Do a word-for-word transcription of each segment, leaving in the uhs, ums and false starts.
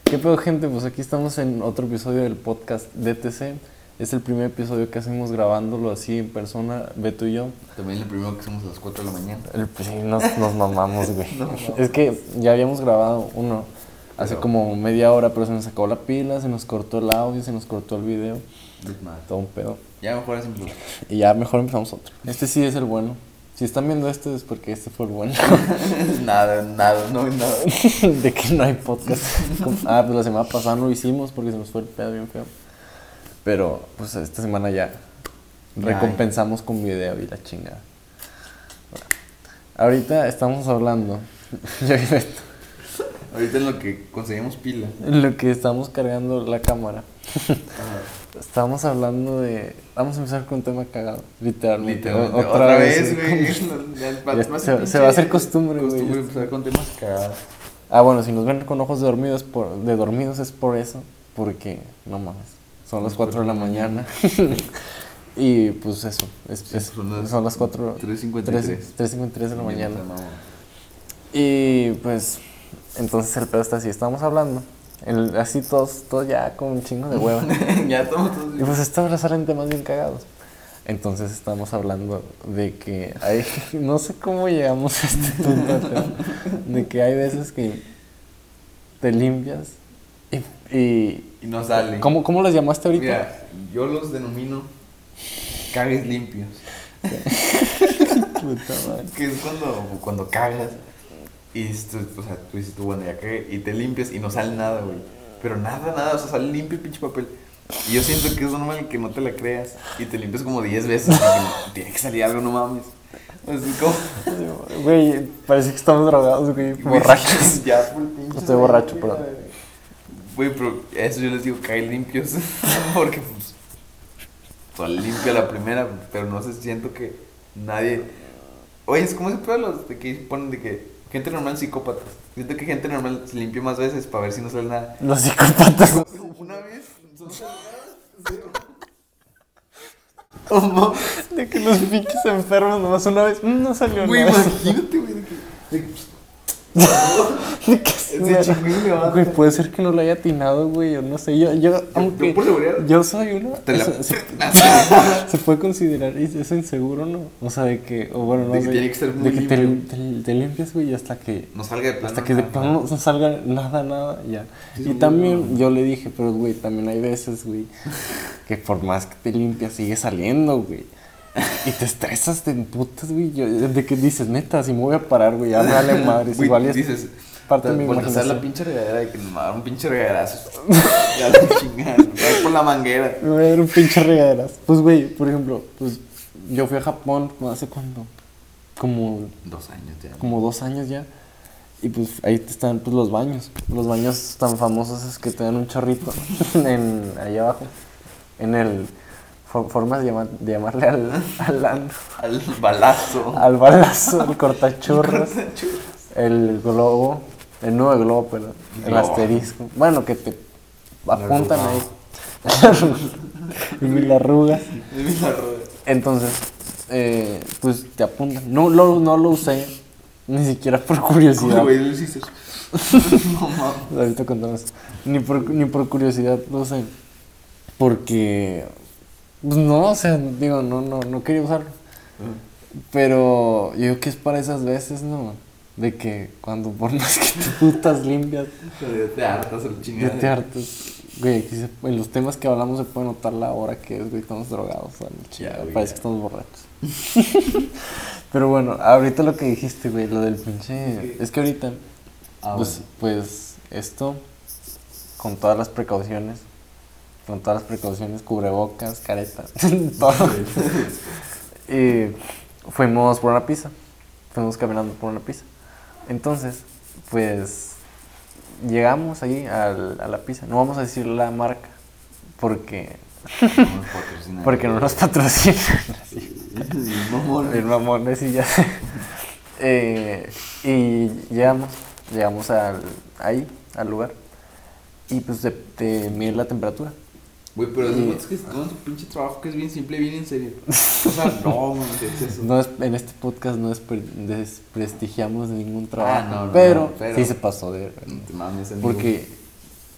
¿Qué pedo, gente? Pues aquí estamos en otro episodio del podcast D T C. Es el primer episodio que hacemos grabándolo así en persona, Beto y yo. También el primero que hacemos a las cuatro de la mañana. El, pues, sí, nos, nos mamamos, güey. No, no. Es que ya habíamos grabado uno hace Pero- como media hora, pero se nos acabó la pila, se nos cortó el audio, se nos cortó el video. Desmadre. Todo un pedo. Ya mejor hacemos. Y ya mejor empezamos otro. Este sí es el bueno. Si están viendo este es porque este fue el bueno. nada, nada, no hay nada. De que no hay podcast. Ah, pues la semana pasada no lo hicimos porque se nos fue el pedo bien feo. Pero pues esta semana ya recompensamos con video y la chingada. Bueno, ahorita estamos hablando. Yo y Beto, Ahorita en lo que conseguimos pila. en lo que estamos cargando la cámara. Ajá. Estamos hablando de. Vamos a empezar con un tema cagado. Literalmente. Literalmente. O- Otra, vez, sí. güey. Ya se- se va a hacer costumbre, güey. Costumbre empezar con temas cagados. Ah, bueno, si nos ven con ojos de dormidos, por, de dormidos es por eso. Porque, no mames, son las cuatro de la mañana. Y pues eso, es, Sí, es- son las son las cuatro. tres cincuenta y tres. tres cincuenta y tres de la Bien, mañana. o sea, mamá. Y pues, entonces el pedo está así, estamos hablando. El- así todos, todos ya con un chingo de hueva. ya estamos todos. Y pues esta hora salen temas bien cagados. Entonces estamos hablando de que hay, no sé cómo llegamos a este punto, pero de que hay veces que te limpias y... y Y no sale. ¿cómo, ¿Cómo las llamaste ahorita? Mira, yo los denomino cagues limpios. Puta madre. Que es cuando, cuando cagas y esto, o sea, tú dices tú, bueno, ya cagué, y te limpias y no sale nada, güey. Pero nada, nada, o sea, sale limpio el pinche papel. Y yo siento que es normal que no te la creas y te limpias como diez veces porque tiene que salir algo, no mames. Así como... Güey, parece que estamos drogados, güey, Güey, borrachos. Ya, por pinche. Estoy borracho, perdón. Güey, pero eso yo les digo, caen limpios. Porque, pues, sale limpia la primera, pero no sé, siento que nadie... Oye, es como ese pedo los de que ponen de que gente normal psicópatas. Siento que gente normal se limpia más veces para ver si no sale nada. Los psicópatas. Una vez, son De que los pinches enfermos nomás una vez mm, no salió Güey, nada. imagínate, güey, de que... de que, De que Ese mira, chingón y levanta. güey, puede ser que no lo haya atinado, güey, o no sé, yo, yo, aunque yo por seguridad. yo soy uno, Te la... eso se, se puede considerar, y es inseguro, ¿no? O sea, de que, o bueno, no De que sé, tiene que estar muy de que te, limpio. te, te limpias, güey, hasta que, No salga de plano. hasta que de nada. plano no salga nada, nada, ya. Sí, Y sí, también no. yo le dije, pero, güey, también hay veces, güey, que por más que te limpias, sigue saliendo, güey. Y te estresas, te emputas, güey. yo- De que dices, neta, si me voy a parar, güey, ya me vale madres. Güey, Igual y es dices, parte de mi bueno, hacer la imaginación. pinche regadera de que nos va a dar un pinche regaderazo. Ya la chingada, va por la manguera. Me voy a dar un pinche regaderas. Pues, güey, por ejemplo, pues yo fui a Japón, ¿hace cuánto? Como, Dos años ya. como dos años ya. Y pues ahí están pues, los baños. Los baños tan famosos es que te dan un chorrito en, ahí abajo. En el... for- formas de, llamar- de llamarle al, al, ano, Al balazo. al balazo, el cortachurros, el globo, el nuevo globo, perdón, el Globo. asterisco. Bueno, que te apuntan ahí. Y mil arrugas. De mis arrugas. Entonces, eh, pues te apuntan. No lo, no lo usé, ni siquiera por curiosidad. Güey, lo hiciste. No mames. Ahorita contamos. Ni por, ni por curiosidad lo usé. Porque, pues no, o sea, digo, no, no, no quería usarlo. Pero yo creo que es para esas veces, ¿no? De que cuando por más que te putas limpias, Pero ya te hartas el ya chingada. te hartas. Güey, aquí se- en los temas que hablamos se puede notar la hora que es, güey, estamos drogados. O sea, la chingada, güey, parece ya. que estamos borrachos. Pero bueno, ahorita lo que dijiste, güey, lo del pinche... Es que ahorita, Ah, pues, bueno. pues, esto, con todas las precauciones, con todas las precauciones, cubrebocas, careta, todo. Y fuimos por una pizza, fuimos caminando por una pizza. Entonces, pues, llegamos ahí al, a la pizza. No vamos a decir la marca, porque, No nos patrocina. porque no nos patrocinan. Mamón. El mamón, sí, ya sé. Eh, y llegamos, llegamos al, ahí, al lugar. Y pues te, te miden la temperatura. Güey, pero Y- es que todo su pinche trabajo que es bien simple, bien en serio. O sea, no, no es eso. No es, en este podcast no despre- desprestigiamos ningún trabajo, Ah, no, no, pero, no, pero- sí se pasó de... No te mames, amigo. Porque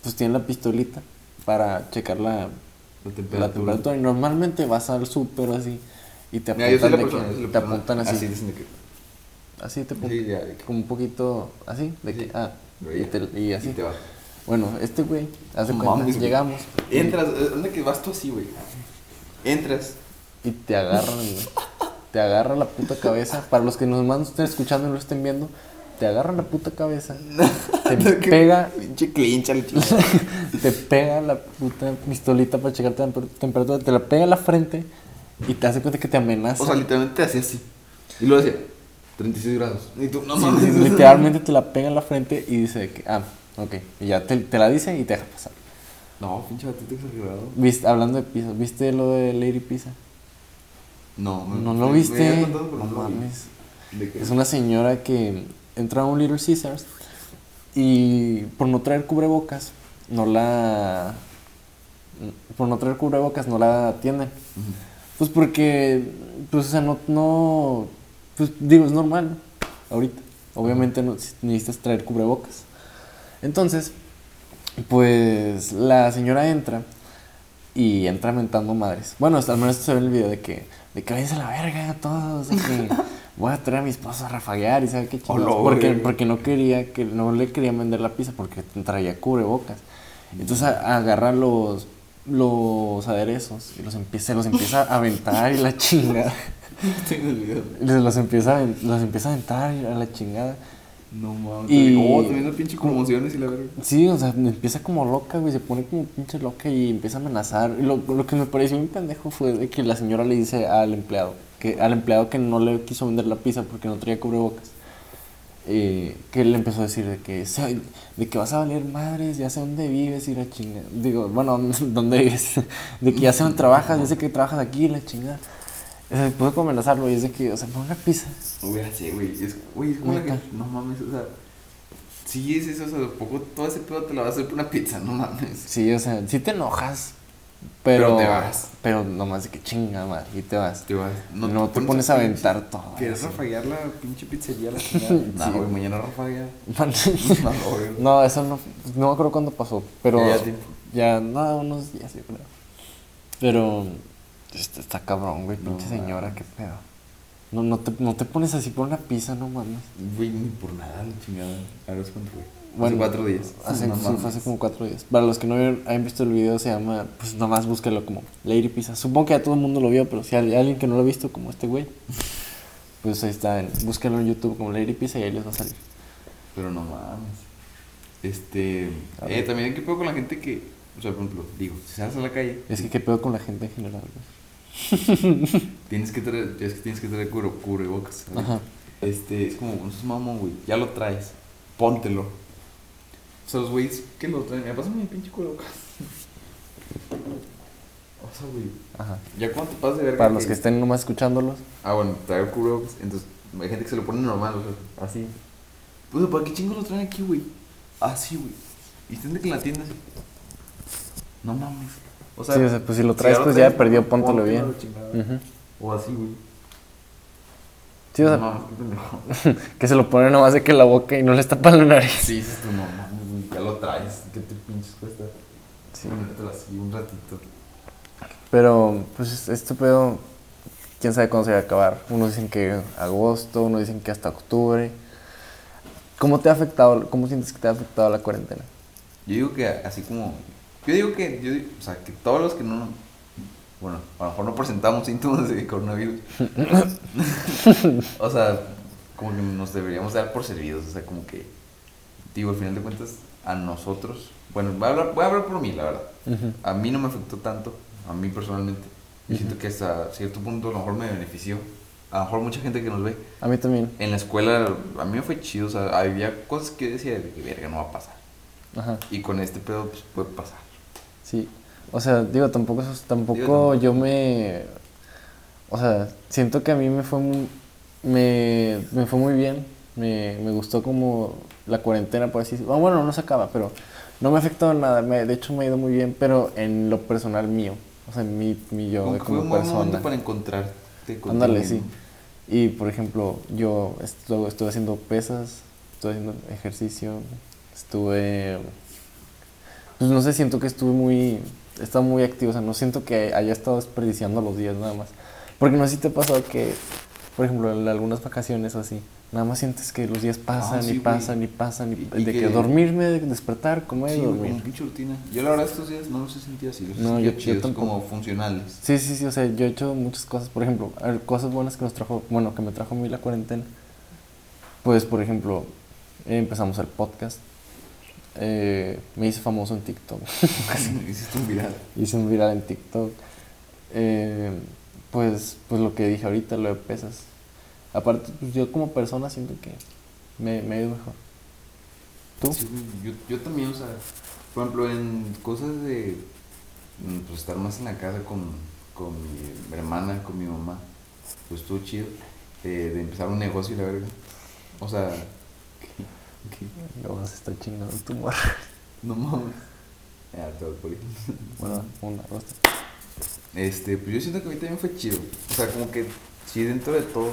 pues tienen la pistolita para checar la, La la temperatura. temperatura. Y normalmente vas al súper así y te Mira, yo soy apuntan, la de persona, yo que, soy la te persona. apuntan así. Así dicen de que. Así te apuntan. Sí, ya, de que- Como un poquito así, de Sí. que, ah, Pero y, ya. te- y así. Y te vas. Bueno, este güey, hace No cuenta, mames, güey. llegamos. y- Entras, eh, ¿dónde que vas tú así, güey? Entras. Y te agarran, güey. Te agarra la puta cabeza. Para los que nos más nos estén escuchando y no lo estén viendo, te agarran la puta cabeza. Te Que- pega, Pinche clincha, la chingada. te pega la puta pistolita para checar tem- temperatura. Te la pega en la frente y te hace cuenta que te amenaza. O sea, literalmente te hacía así. Y luego decía, treinta y seis grados. Y tú, no Sí, mames. sí, literalmente te la pega en la frente y dice que, ah, ok. Y ya te, te la dice y te deja pasar. No, pinche batito exagerado. ¿Viste, hablando de pizza, ¿viste lo de Lady Pizza? No, me- ¿No me- lo me viste? habías contado, pero No no lo vi. mames. ¿De qué? Es una señora que entra a un Little Caesars y por no traer cubrebocas no la por no traer cubrebocas no la atienden. Ujú. Pues porque pues o sea, no no pues digo, es normal, ¿no? Ahorita. Obviamente no necesitas traer cubrebocas. Entonces, pues la señora entra y entra mentando madres. Bueno, hasta al menos se ve en el video de que, de que váyanse a la verga todos, de que voy a traer a mi esposo a rafaguear y sabe qué chingados. Hola, porque, güey. porque no quería, que no le quería vender la pizza porque traía cubrebocas. Entonces a- agarra los, los aderezos y los empieza, se los empieza a aventar y la chingada. Tengo el video. Les- Los empieza, a aven- los empieza a aventar y a la chingada. No mames. Y- Oh, también la pinche conmociones y la verga. Sí, o sea, empieza como loca, güey, se pone como pinche loca y empieza a amenazar. Y lo, lo que me pareció un pendejo fue de que la señora le dice al empleado, que al empleado que no le quiso vender la pizza porque no traía cubrebocas, eh, que le empezó a decir de que, "Se- de que vas a valer madres, ya sé dónde vives y la chingada. Digo, bueno, ¿dónde vives? De que ya sé dónde trabajas, ya sé que trabajas aquí, la chingada. O sea, pude como amenazarlo y es de que, o sea, pon una pizza. Hubiera sí, güey. Es, güey, es como la que. Neta. No mames, o sea. Sí, es eso, o sea, de poco todo ese pedo te lo vas a hacer por una pizza, no mames. Sí, o sea, sí te enojas, pero, Pero te vas. pero nomás de que chinga madre, y te vas. Te vas. No te pones a aventar todo. ¿Quieres así. rafaguear la pinche pizzería la chingada? Sí. No, güey, mañana rafaguea. No, güey. No, eso no, no me acuerdo cuándo pasó, pero Ya, ya tiempo. ya, no, unos días, yo creo. Pero está, está cabrón, güey, No pinche señora, mames. qué pedo. No, no, te, no te pones así por una pizza, no mames. Güey, ni por nada la chingada. A ver, ¿cuánto fue? Bueno, hace cuatro días. Hace, No sí, mames. fue hace como cuatro días. Para los que no vieron- hayan visto el video, se llama, pues nomás búsquelo como Lady Pizza. Supongo que ya todo el mundo lo vio, pero si hay alguien que no lo ha visto, como este güey, pues ahí está, en- búsquelo en YouTube como Lady Pizza y ahí les va a salir. Pero no mames. Este. A Eh, ver. también, ¿qué pedo con la gente que. O sea, por ejemplo, digo, si sales a la calle. Es que qué pedo con la gente en general, güey. Tienes que traer. Es que tienes que traer cubre, cubrebocas. ¿sabes? Ajá. Este, es como, no seas mamón, güey. Ya lo traes. Póntelo. O sea, los güeyes que lo traen. Me pasa mi pinche cubrebocas. O sea, güey. Ajá. Ya cuando te pasas de verga. Para los que estén nomás escuchándolos. Ah, bueno, traer cubrebocas. Entonces, hay gente que se lo pone normal, o sea. Así. Pues, ¿para qué chingos lo traen aquí, güey? Así, güey. Y estén de que en la tienda así. No mames. O Sí, o sea, pues si lo traes, lo pues traes, ya perdió, póntelo, póntelo bien. la chingada. Ujú. O así, güey. Sí, o sea, No mames, qué pendejo. que se lo pone nomás de que la boca y no les tapan la nariz. Sí, dices tú, no mames, güey, ya lo traes. ¿Qué te pinches cuesta? Sí. Ponértelo así un ratito. Pero, pues, este pedo, quién sabe cuándo se va a acabar. Unos dicen que agosto, unos dicen que hasta octubre. ¿Cómo te ha afectado, cómo sientes que te ha afectado la cuarentena? Yo digo que así como. Yo digo que. Yo digo, o sea, que todos los que no. Bueno, a lo mejor no presentamos síntomas de coronavirus. O sea, como que nos deberíamos dar por servidos. O sea, como que. Digo, al final de cuentas, a nosotros. Bueno, voy a hablar, voy a hablar por mí, la verdad. Ujú. A mí no me afectó tanto. A mí personalmente. Yo Ujú. siento que hasta cierto punto a lo mejor me benefició. A lo mejor mucha gente que nos ve. A mí también. En la escuela, a mí me fue chido. O sea, había cosas que yo decía de que verga no va a pasar. Ajá. Y con este pedo, pues puede pasar. Sí, o sea, digo, tampoco, eso- tampoco Digo, tampoco. yo me, o sea, siento que a mí me fue muy, me, me fue muy bien, me, me gustó como la cuarentena, por así decirlo. Ah, bueno, no se acaba, pero no me afectó en nada, me- de hecho me ha ido muy bien, pero en lo personal mío, o sea, en mi, mi yo Como de que fue como un buen momento persona. para encontrarte contigo Ándale, mismo. sí. Y por ejemplo, yo estuve, estuve haciendo pesas, estuve haciendo ejercicio, estuve pues no sé, siento que estuve muy, he estado muy activo, o sea, no siento que haya estado desperdiciando los días nada más. Porque no sé si te ha pasado que, por ejemplo, en algunas vacaciones o así, nada más sientes que los días pasan Ah, sí, y güey. pasan y pasan, y, Y- y de que, que- dormirme, de despertar, comer, Sí, güey, dormir. como pinche rutina. Yo la verdad estos días no los he sentido así, los he No, sentido yo- yo chidos, tampoco. como funcionales. Sí, sí, sí, o sea, yo he hecho muchas cosas, por ejemplo, a ver, cosas buenas que nos trajo, bueno, que me trajo a mí la cuarentena. Pues, por ejemplo, eh, empezamos el podcast, eh, me hice famoso en TikTok, Hiciste un viral. hice un viral en TikTok, eh, pues, pues lo que dije ahorita, lo de pesas. Aparte, pues yo como persona siento que me, me he ido mejor. ¿Tú? Sí, güey, yo, yo también, o sea, por ejemplo, en cosas de mm, pues, estar más en la casa con, con mi hermana, con mi mamá, pues estuvo chido. eh, de empezar un negocio y la verga. O sea, que, que- Luego se está chingando tu morra. no mames. Ya, todo por ahí. Bueno, una, dos, tres. Este, pues yo siento que a mí también fue chido. O sea, como que sí, dentro de todo,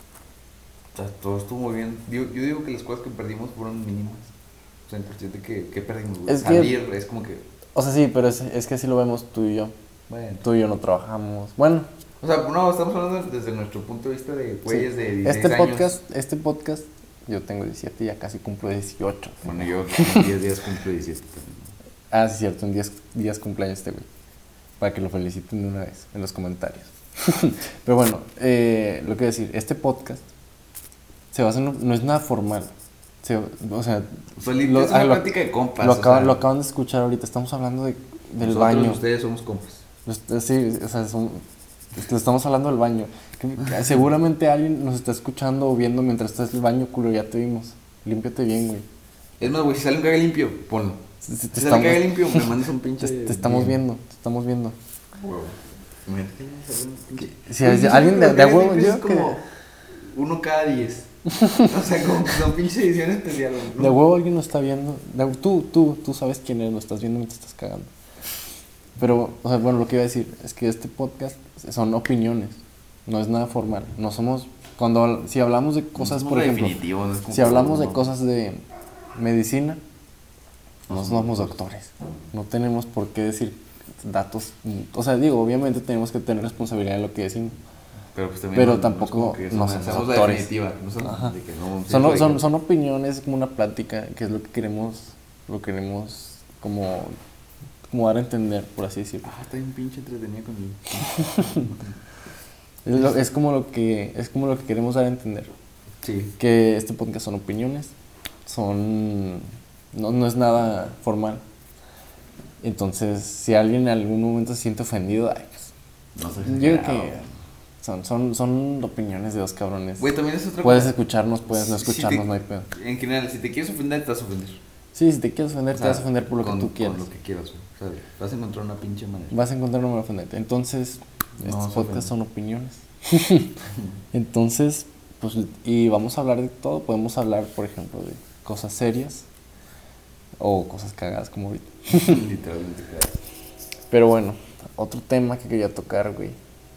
o sea, todo estuvo muy bien. Yo, yo digo que las cosas que perdimos fueron mínimas. O sea, en cuestión de que, que perdimos, güey. Es que- Salir es como que, O sea, sí, pero es, es que así lo vemos tú y yo. bueno. Tú y yo no trabajamos. Bueno, O sea, no, estamos hablando desde nuestro punto de vista de güeyes sí. de dieciséis este años. podcast, este podcast, yo tengo diecisiete y ya casi cumplo dieciocho. Bueno, yo en diez días cumplo diecisiete. Ah, sí, cierto, en diez días cumpleaños este güey. Para que lo feliciten de una vez en los comentarios. Pero bueno, eh, lo que decir, este podcast se basa en, un- no es nada formal. Se- o sea, O sea, li- Lo- es una ah, lo- plática de compas. lo, o acaban, sea, lo acaban de escuchar ahorita. Estamos hablando de, del nosotros, baño. Ustedes somos compas. Los- Sí, o sea, son- le estamos hablando del baño. Que- que seguramente alguien nos está escuchando o viendo mientras estás en el baño, culo, ya te vimos. Límpiate bien, güey. Es más, güey, si sale un caga limpio, ponlo. Si- si te Si sale un caga estamos- limpio, me mandas un pinche. Te, te estamos viendo, te estamos viendo. Huevo. Imagínate que sale un pinche- Si Pues, hay yo alguien siento de- que de huevo, es yo como que- uno cada diez. O sea, como que son pinche ediciones especiales. ¿no? De huevo alguien nos está viendo. De- tú, tú, tú sabes quién eres, lo estás viendo y te estás cagando. Pero, o sea, bueno, lo que iba a decir es que este podcast son opiniones, no es nada formal. No somos, cuando, habl- si hablamos de cosas, No es por nada ejemplo, definitivo, no es como si que- hablamos de no. cosas de medicina, no No somos somos doctores. No tenemos por qué decir datos. O sea, digo, obviamente tenemos que tener responsabilidad en lo que decimos. Pero, pues, también Pero no- no es tampoco como que no somos- somos somos la doctores. definitiva. No somos Ajá. de que no- Son, sí, son, de que- son opiniones, como una plática, que es lo que queremos, lo queremos como, como dar a entender, por así decirlo. Ah, está bien pinche entretenido conmigo. Es, lo- es como lo que, es como lo que queremos dar a entender. Sí. Que este podcast son opiniones, son, no, no es nada formal. Entonces, si alguien en algún momento se siente ofendido, ay, pues, No sé. yo creo que son, son, son opiniones de dos cabrones. Güey, también es otra Puedes cosa. escucharnos, puedes no Si- si escucharnos, te- no hay pedo. En general, si te quieres ofender, te vas a ofender. Sí, si te quieres ofender, O te sea, vas a ofender por lo con- que tú quieras. Con lo que quieras, güey. O sea, vas a encontrar una pinche manera. Vas a encontrar una manera de ofenderte. Entonces, No estos se podcasts ofende. son opiniones. Entonces, pues, y vamos a hablar de todo. Podemos hablar, por ejemplo, de cosas serias o cosas cagadas como ahorita. Literalmente, claro. Pero bueno, otro tema que quería tocar, güey,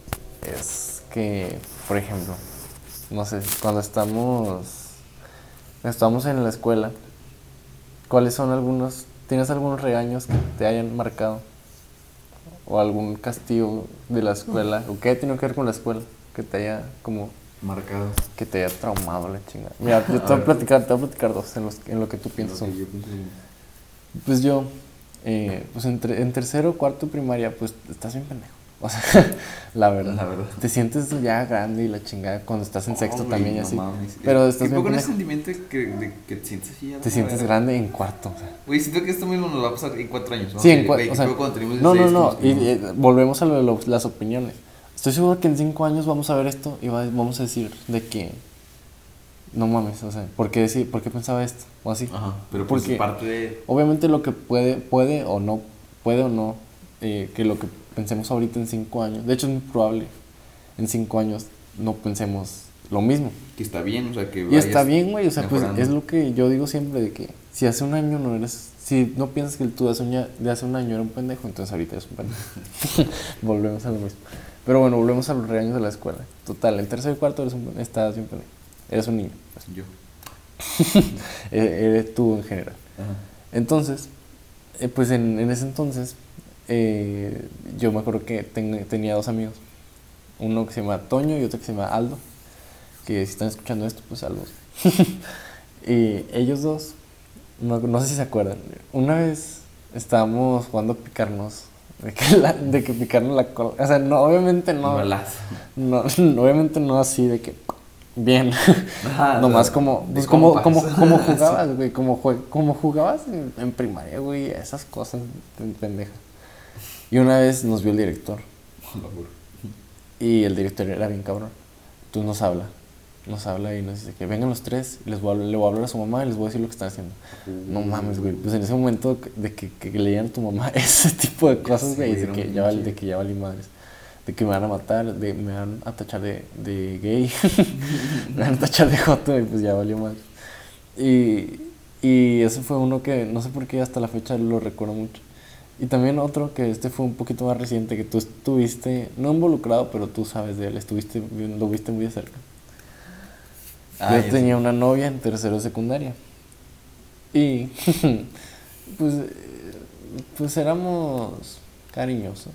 es que, por ejemplo, no sé, cuando estamos, estamos en la escuela, ¿cuáles son algunos, tienes algunos regaños que te hayan marcado? ¿O algún castigo de la escuela? ¿O qué tiene que ver con la escuela? Que te haya como, Marcado. que te haya traumado la chingada. Mira, yo te voy a platicar, te voy a platicar dos en, los, en lo que tú piensas. Lo que uno. yo pienso. Pues yo, eh, pues en, tre- en tercero o cuarto de primaria, pues estás bien pendejo. O sea, la verdad. La verdad. Te sientes ya grande y la chingada cuando estás en sexto Oh, también y güey, así. no mames. Pero estás ¿Qué bien poco en ese pendejo. sentimiento que, de, que te sientes así? ya Te la sientes verga? grande en cuarto. O sea. Güey, siento que esto mismo nos va a pasar en cuatro años, ¿no? Sí, en Que, cuarto. güey, O que sea, fue cuando teníamos no, no, dieciséis, no. como Y, que eh, volvemos a lo de los- las opiniones. Estoy seguro que en cinco años vamos a ver esto y va- vamos a decir de que no mames, o sea, ¿por qué, decir, ¿por qué pensaba esto? O así. Ajá, pero pues Porque parte de... obviamente lo que puede, puede o no, puede o no, eh, que lo que pensemos ahorita en cinco años, de hecho es muy probable, en cinco años no pensemos lo mismo. Que está bien, o sea, que Y vayas está bien, güey, o sea, pues mejorando. es lo que yo digo siempre de que si hace un año no eres, si no piensas que el tú de hace un, ya- de hace un año era un pendejo, entonces ahorita eres un pendejo. Volvemos a lo mismo. Pero bueno, volvemos a los regaños de la escuela. Total, en tercer y cuarto eres un, estás bien pendejo. Eres un niño. Yo. Eh, Eres tú en general. Ajá. Entonces, eh, pues en, en ese entonces, eh, yo me acuerdo que ten- tenía dos amigos. Uno que se llama Toño y otro que se llama Aldo. Que si están escuchando esto, pues saludos. Y ellos dos, no, no sé si se acuerdan, una vez estábamos jugando a picarnos, de que, la- de que picarnos la cola. O sea, no, obviamente no, Balazo. no, obviamente no así de que bien. Ah, Nomás de- como, de pues como, compas. como, como jugabas, güey, como, jue- como jugabas en, en primaria, güey, esas cosas, pen- pendeja. Y una vez nos vio el director, y el director era bien cabrón. Entonces nos habla, nos habla y nos dice que vengan los tres, y les voy a, hablar- le voy a hablar a su mamá y les voy a decir lo que están haciendo. No mames, güey, pues en ese momento de que, que, que le digan a tu mamá ese tipo de cosas, sé, güey, güey, de era que un ya vale, pinche- de que ya valí madres. De que me van a matar, de me van a tachar de, de gay, me van a tachar de joto y pues ya valió más. Y, y ese fue uno que no sé por qué hasta la fecha lo recuerdo mucho. Y también otro que este fue un poquito más reciente, que tú estuviste, no involucrado, pero tú sabes de él, estuviste, vi- lo viste muy de cerca. Ah, Yo ya tenía sé. una novia en tercero de secundaria. Y pues, eh, pues éramos cariñosos.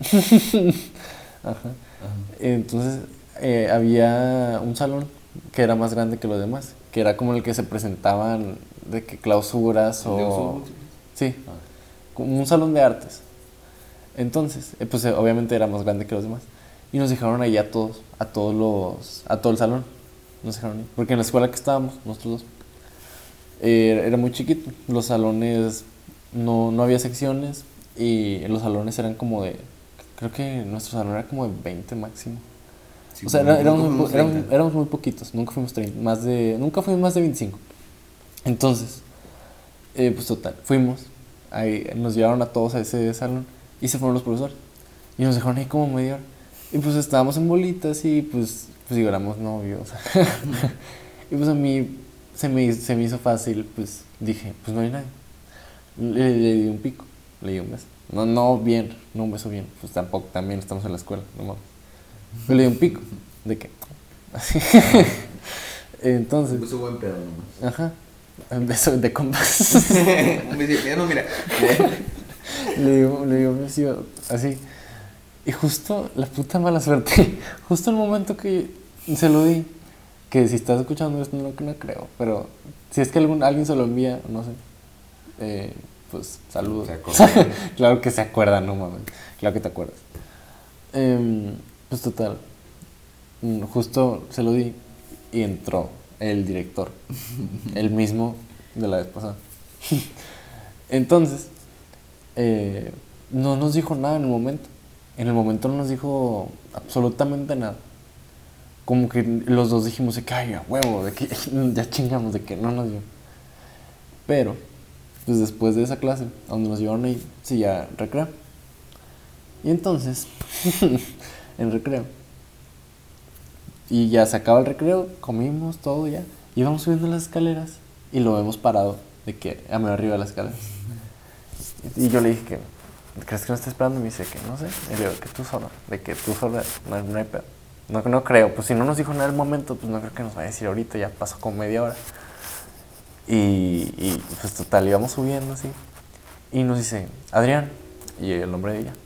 Ajá. Ajá. Entonces eh, había un salón que era más grande que los demás, que era como el que se presentaban de que clausuras ¿El de usos o... múltiples? Sí, Ah. como un salón de artes. Entonces, eh, pues eh, obviamente era más grande que los demás. Y nos dejaron ahí a todos, a todos los, a todo el salón. Nos dejaron ahí. Porque en la escuela que estábamos, nosotros dos, eh, era muy chiquito. Los salones, no, no había secciones y los salones eran como de, creo que nuestro salón era como de veinte máximo. Sí, O sea, güey, era- éramos, nunca muy, po- fuimos éramos, treinta. éramos muy poquitos, nunca fuimos treinta, más de, nunca fuimos más de veinticinco. Entonces, eh, pues total, fuimos, ahí nos llevaron a todos a ese salón y se fueron los profesores. Y nos dejaron ahí como media hora. Y pues estábamos en bolitas y pues, pues digo, éramos novios. Y pues a mí se me, hizo- se me hizo fácil, pues dije, pues no hay nadie. Le, le di un pico, le di un beso. No, no bien, no un beso bien, pues tampoco, también estamos en la escuela, no mames. Pero le di un pico, de que, así. Entonces, Un beso buen pedo nomás. ajá, un beso de compas. Un beso, ya no, mira. Le digo, le digo un beso así. Y justo, la puta mala suerte, justo el momento que se lo di, que si estás escuchando esto, no, no creo, pero si es que algún, alguien se lo envía, no sé, eh, pues saludos. Se acuerdan. Claro que se acuerdan, no mames, claro que te acuerdas. Em, pues total, mm, justo se lo di y entró el director, el mismo de la vez pasada. Entonces, eh, no nos dijo nada en el momento. En el momento no nos dijo absolutamente nada. Como que los dos dijimos de que, ay, a huevo, de que ya chingamos, de que no nos dio. Pero, pues después de esa clase, a donde nos llevaron ahí, sí, ya recreo. Y entonces, en recreo, y ya se acaba el recreo, comimos todo ya, y vamos subiendo las escaleras y lo vemos parado, de que a medio arriba de las escaleras. Y yo le dije que, ¿crees que no está esperando? Y me dice que no sé. Y le digo que tú solo, de que tú solo, no, no hay pedo. No, no creo, pues si no nos dijo nada en el momento, pues no creo que nos vaya a decir ahorita, ya pasó como media hora. Y, y pues total, íbamos subiendo así. Y nos dice, Adrián, y el nombre de ella,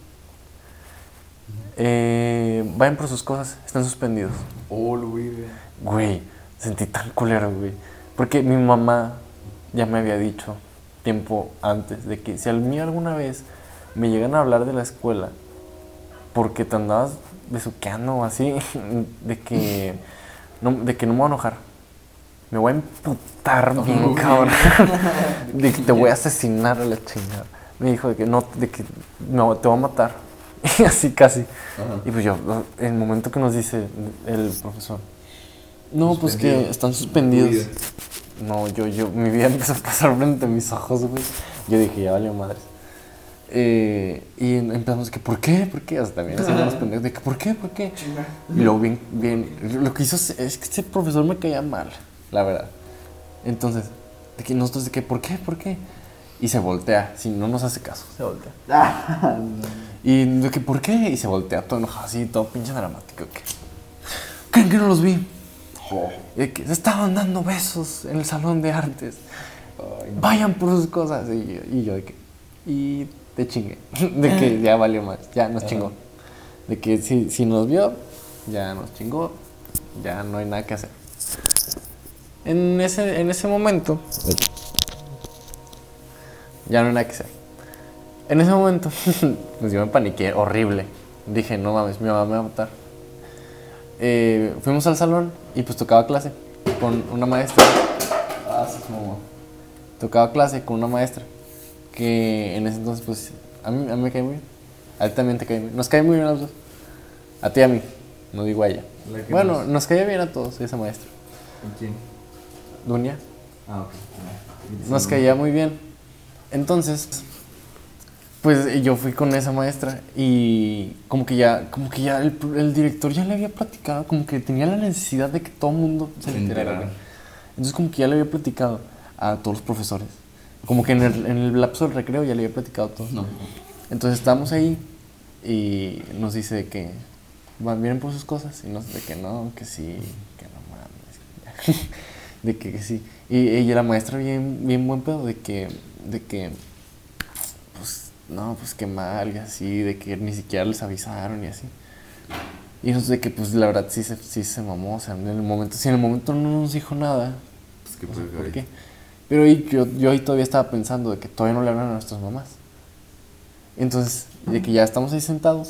eh, vayan por sus cosas, están suspendidos. Oh, lo vi, güey. Güey, sentí tan culero, güey. Porque mi mamá ya me había dicho tiempo antes de que si a mí alguna vez me llegan a hablar de la escuela porque te andabas besuqueando o así, de que no, de que no me voy a enojar. Me voy a emputar bien, Uy. cabrón. De que te voy a asesinar a la chingada. Me dijo de que no, de que no, te voy a matar. Y así casi. Ajá. Y pues yo, en el momento que nos dice el profesor, no, pues que Suspendido. están suspendidos. Tu vida. No, yo, yo, mi vida empezó a pasar frente a mis ojos, güey. Yo dije, ya valió madres. Eh, y empezamos de que, ¿por qué? ¿Por qué? O sea, también hacíamos los pendejos de que, ¿por qué? ¿Por qué? Chinga. Y luego bien, bien, lo que hizo es que este profesor me caía mal, la verdad. Entonces, de que nosotros de que, ¿por qué? ¿Por qué? Y se voltea, si no nos hace caso, se voltea. Y de que, ¿por qué? Y se voltea todo enojado, así, todo pinche dramático. Que, ¿creen que no los vi? Jo. Y de que se estaban dando besos en el salón de artes. Ay, no. Vayan por sus cosas. Y yo, y yo de que, y te chingué. De que ya valió más, ya nos chingó. De que si, si nos vio, ya nos chingó, ya no hay nada que hacer. En ese, en ese momento, ya no hay nada que hacer. En ese momento, pues yo me paniqué horrible. Dije, no mames, mi mamá me va a matar. Eh, fuimos al salón y pues tocaba clase con una maestra. Ah, sí, mamá. Tocaba clase con una maestra que en ese entonces, pues, a mí, a mí me cae muy bien. A ti también te cae muy bien. Nos cae muy bien a los dos. A ti y a mí, no digo a ella. Bueno, nos... nos caía bien a todos esa maestra. ¿Y quién? Dunia. Ah, ok. Nos caía muy bien. Entonces, pues yo fui con esa maestra y como que ya, como que ya el, el director ya le había platicado, como que tenía la necesidad de que todo el mundo se le enterara. Entonces como que ya le había platicado a todos los profesores. Como que en el, en el lapso del recreo ya le había platicado todo. No. Entonces estábamos ahí y nos dice que van, vienen por sus cosas y nos dice que no, que sí, que no mames. De que, que sí. Y ella, la maestra, bien, bien buen pedo, de que, de que, pues, no, pues qué mal, y así, de que ni siquiera les avisaron y así. Y nos de que, pues, la verdad sí se, sí se mamó, o sea, en el momento, si en el momento no nos dijo nada, pues, ¿qué no sé por por qué. Pero ahí, yo, yo ahí todavía estaba pensando de que todavía no le hablan a nuestras mamás. Entonces, de que ya estamos ahí sentados.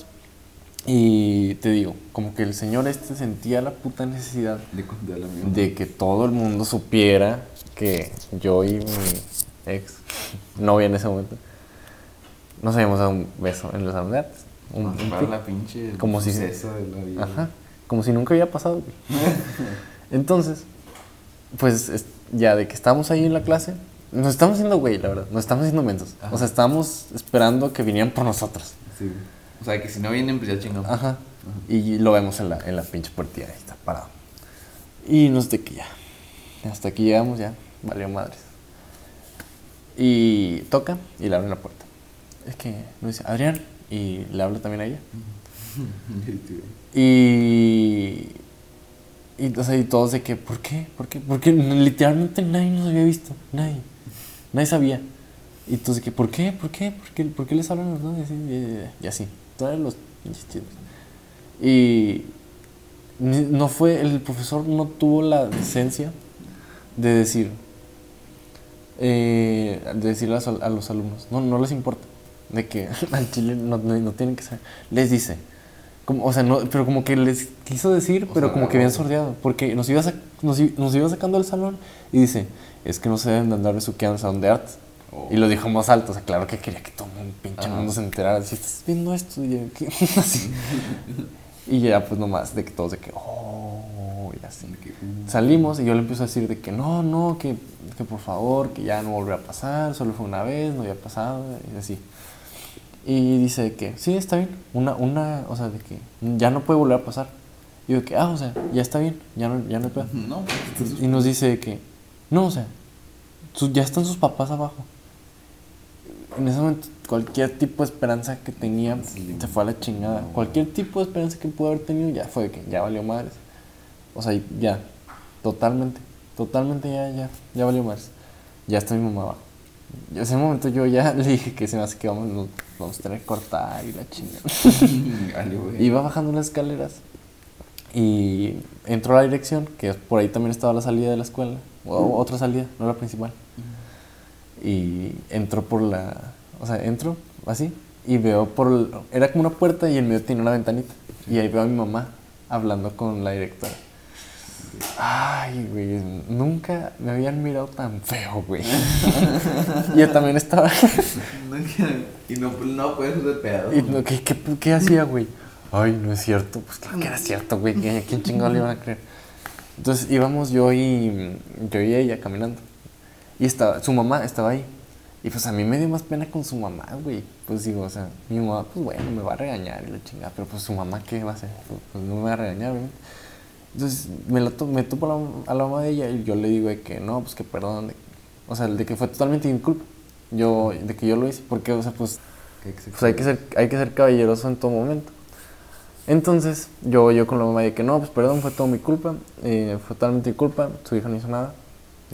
Y te digo, como que el señor este sentía la puta necesidad de, de, de que todo el mundo supiera que yo y mi ex novia en ese momento nos habíamos dado un beso en los salón de artes. Un, no, un para la pinche como suceso si, de la vida. Ajá, como si nunca había pasado. Entonces, pues ya de que estábamos ahí en la clase, nos estamos haciendo güey, la verdad, nos estamos haciendo mensos. Ajá. O sea, estábamos esperando que vinieran por nosotros. Sí. O sea, que si no vienen, pues ya chingamos. Ajá. Ajá. Y lo vemos en la, en la pinche puertilla, ahí está parado. Y nos de que ya, hasta aquí llegamos, ya, valió madres. Y toca y le abren la puerta. Es que nos dice, Adrián, y le habla también a ella. y, y, o sea, y todos de que, ¿por qué? ¿Por qué? Porque literalmente nadie nos había visto, nadie. Nadie sabía. Y entonces, que, ¿por qué? ¿Por qué? ¿Por qué, ¿Por qué les hablan a los dos? Y así, y, y así. Todos los pinches chidos. Y no fue, el profesor no tuvo la decencia de decir, eh, de decirle a, a los alumnos, no, no les importa, de que al chile no, no, no tienen que saber. Les dice, como, o sea, no, pero como que les quiso decir, o pero sea, como que habían sordeado, porque nos iba, nos, nos iba sacando del salón y dice, es que no se deben de andar besuqueando en el salón de artes. Oh. Y lo dijo más alto, o sea, claro que quería que todo el pinche mundo se enterara. Si estás viendo esto, y ¿qué? Así. Y ya, pues nomás, de que todos, de que, oh, y así. Que, uh, salimos y yo le empiezo a decir de que no, no, que, que por favor, que ya no volverá a pasar, solo fue una vez, no había pasado, y así. Y dice que, sí, está bien, una, una, o sea, de que ya no puede volver a pasar. Y yo de que, ah, o sea, ya está bien, ya no, ya no hay pedo. No, pues, y nos dice de que, no, o sea, su, ya están sus papás abajo. En ese momento, cualquier tipo de esperanza que tenía sí, se fue a la chingada. No. Cualquier tipo de esperanza que pudo haber tenido ya fue de que ya valió madres. O sea, ya, totalmente, totalmente ya, ya, ya valió madres. Ya está mi mamá abajo. En ese momento yo ya le dije que se me hace que vamos, nos, vamos a tener que cortar y la chingada. Iba bajando unas escaleras y entró a la dirección, que por ahí también estaba la salida de la escuela, o otra salida, no la principal. Y entró por la, o sea, entro así y veo por, el, era como una puerta y en medio tiene una ventanita. Y ahí veo a mi mamá hablando con la directora. Ay, güey, nunca me habían mirado tan feo, güey. Y yo también estaba. Y no, no puedes ser pedo. ¿Y no, ¿qué, qué, qué hacía, güey? Ay, no es cierto. Pues claro que era cierto, güey. ¿A quién chingado le iban a creer? Entonces íbamos yo y, yo y ella caminando. Y estaba, su mamá estaba ahí. Y pues a mí me dio más pena con su mamá, güey. Pues digo, o sea, mi mamá, pues bueno, me va a regañar y la chingada. Pero pues su mamá, ¿qué va a hacer? Pues, pues no me va a regañar, güey. Entonces me, la to me topo a la, a la mamá de ella y yo le digo de que no, pues que perdón. De, o sea, de que fue totalmente mi culpa. Yo, de que yo lo hice. Porque, o sea, pues, pues hay, que ser, hay que ser caballeroso en todo momento. Entonces, yo, yo con la mamá de que no, pues perdón, fue todo mi culpa. Eh, fue totalmente mi culpa. Su hija no hizo nada. De que,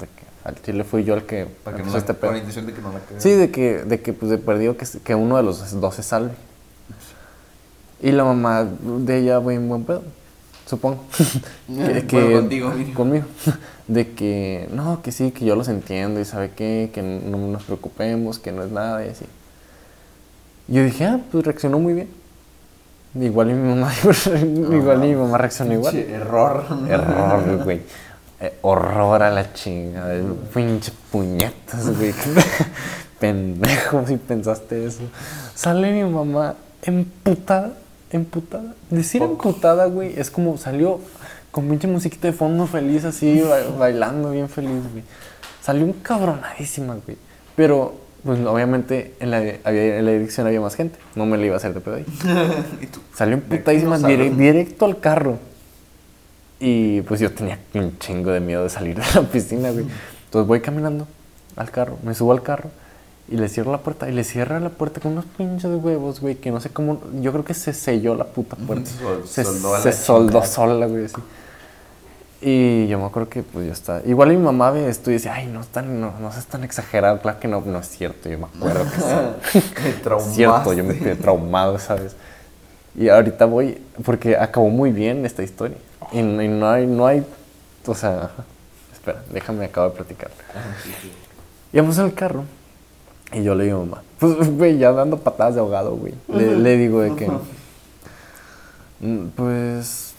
Al chile fui yo el que Para que no empezó la, este con pedo. la intención de que no la cague. Sí, de que, de que pues de perdido que, que uno de los dos se salve. Y la mamá de ella, buen, buen pedo, supongo. que, que- Bueno, contigo, mira. Conmigo. De que, no, que sí, que yo los entiendo y sabe qué, que no nos preocupemos, que no es nada y así. Y yo dije, ah, pues reaccionó muy bien. Igual y mi mamá, igual y mi mamá reaccionó igual. Che, error. Error, güey. Eh, horror a la chingada. Pinche puñetas, güey. Pendejo si pensaste eso. Sale mi mamá emputada, emputada. Decir Poco. emputada, güey, es como salió con pinche musiquita de fondo feliz así, ba- bailando bien feliz, güey. Salió encabronadísima, güey. Pero, pues obviamente en la, había, en la dirección había más gente. No me la iba a hacer de pedo ahí. ¿Y tú? Salió De aquí emputadísima no dire- sales. directo al carro. Y pues yo tenía un chingo de miedo de salir de la piscina, güey. Entonces voy caminando al carro, me subo al carro y le cierro la puerta. Y le cierra la puerta con unos pinches huevos, güey, que no sé cómo. Yo creo que se selló la puta puerta. Sol- se soldó a la se soldó chingada. sola, güey, así. Y yo me acuerdo que pues ya está. Igual mi mamá ve esto y dice, ay, no, están, no, no seas tan exagerado. Claro que no, no es cierto, yo me acuerdo que sí. Me Es traumaste. cierto, yo me quedé traumado, ¿sabes? Y ahorita voy, porque acabó muy bien esta historia. Y, no- y no hay, no hay, o sea, espera, déjame, acabo de platicar. Ajá, sí, sí. Íbamos en el carro y yo le digo a mamá, pues, güey, ya dando patadas de ahogado, güey. Le, le digo de que, "Mm, pues,